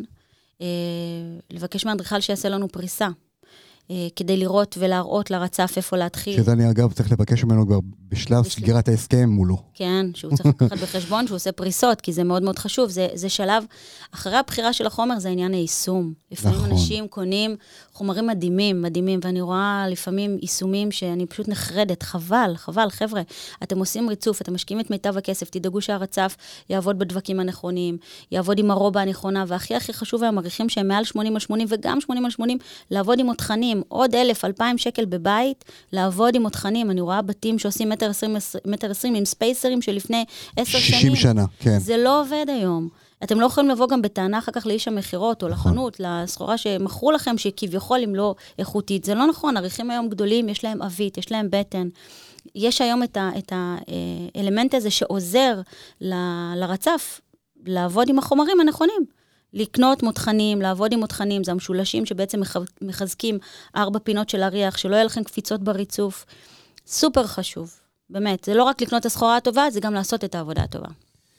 [SPEAKER 2] לבקש מהאדריכל שיעשה לנו פריסה, כדי לראות ולהראות לרצף איפה להתחיל. שזה
[SPEAKER 1] אני אגב צריך לבקש ממנו כבר בשלב סגירת ההסכם מולו.
[SPEAKER 2] כן, שהוא צריך לקחת בחשבון, שהוא עושה פריסות, כי זה מאוד מאוד חשוב. זה, זה שלב, אחרי הבחירה של החומר, זה עניין היישום. לפעמים נכון. אנשים קונים חומרים מדהימים, מדהימים, ואני רואה לפעמים יישומים שאני פשוט נחרדת, חבל, חבל, חבר'ה. אתם עושים ריצוף, אתם משקיעים את מיטב הכסף, תדאגו שהרצף יעבוד בדבקים הנכונים, יעבוד עם הרובה הנכונה, והכי הכי חשוב הם עריכים שהם מעל שמונים על שמונים, וגם שמונים על שמונים, לעבוד עם מותחנים, עוד אלף, אלפיים שקל בבית, לעבוד עם מותחנים. אני רואה בתים שעושים מטר עשרים, מטר עשרים עם ספייסרים שלפני עשר שנים.
[SPEAKER 1] שישים שנה, כן.
[SPEAKER 2] זה לא עובד היום. אתם לא יכולים לבוא גם בטענה אחר כך לאיש המחירות, או לחנות, לסחורה שמכרו לכם, שכביכול אם לא איכותית. זה לא נכון, עריכים היום גדולים, יש להם אבית, יש להם בטן. יש היום את, ה, את האלמנט הזה שעוזר ל, לרצף, לעבוד עם החומרים הנכונים. לקנות מותחנים, לעבוד עם מותחנים, זה המשולשים שבעצם מחזקים ארבע פינות של אריח, שלא יהיה לכם קפיצות בריצוף. סופר חשוב, באמת. זה לא רק לקנות את הסחורה הטובה, זה גם לעשות את העבודה הטובה.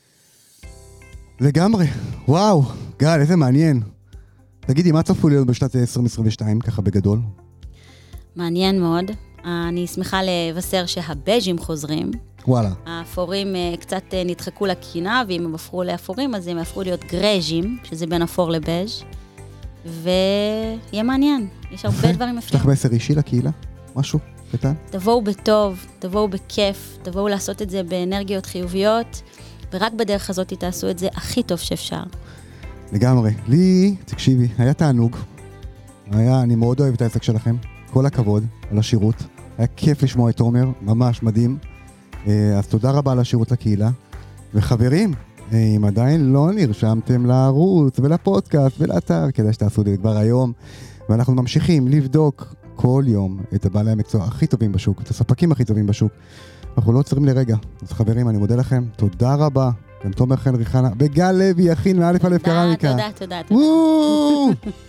[SPEAKER 1] לגמרי. וואו, גל, איזה מעניין. תגידי, מה צפו להיות בשנת עשרים עשרים ושתיים, ככה בגדול?
[SPEAKER 2] מעניין מאוד. אני שמחה לבשר שהבז'ים חוזרים.
[SPEAKER 1] וואלה.
[SPEAKER 2] האפורים קצת נדחקו לקינה, ואם הם הפכו לאפורים, אז הם הפכו להיות גרז'ים, שזה בין אפור לבז', ויהיה מעניין. יש הרבה דברים
[SPEAKER 1] אפשר. יש לך מסר אישי לקהילה? משהו קטן?
[SPEAKER 2] תבואו בטוב, תבואו בכיף, תבואו לעשות את זה באנרגיות חיוביות, ורק בדרך הזאת תעשו את זה הכי טוב שאפשר. לגמרי.
[SPEAKER 1] לי, תקשיבי, היה תענוג. היה, אני מאוד אוהב את העסק שלכם. כל הכבוד על השירות. היה כיף לשמוע את תומר, ממש מדהים. אז תודה רבה על השירות לקהילה. וחברים, אם עדיין לא נרשמתם לערוץ ולפודקאסט ולאתר, כדאי שתעשו את זה כבר היום. ואנחנו ממשיכים לבדוק כל יום את הבעלי המקצוע הכי טובים בשוק, את הספקים הכי טובים בשוק. אנחנו לא עוצרים לרגע. אז חברים, אני מודה לכם. תודה רבה. גם תומר חן ריחנה, וגל לוי, יכין מאלף אלף קרמיקה.
[SPEAKER 2] תודה, תודה, תודה.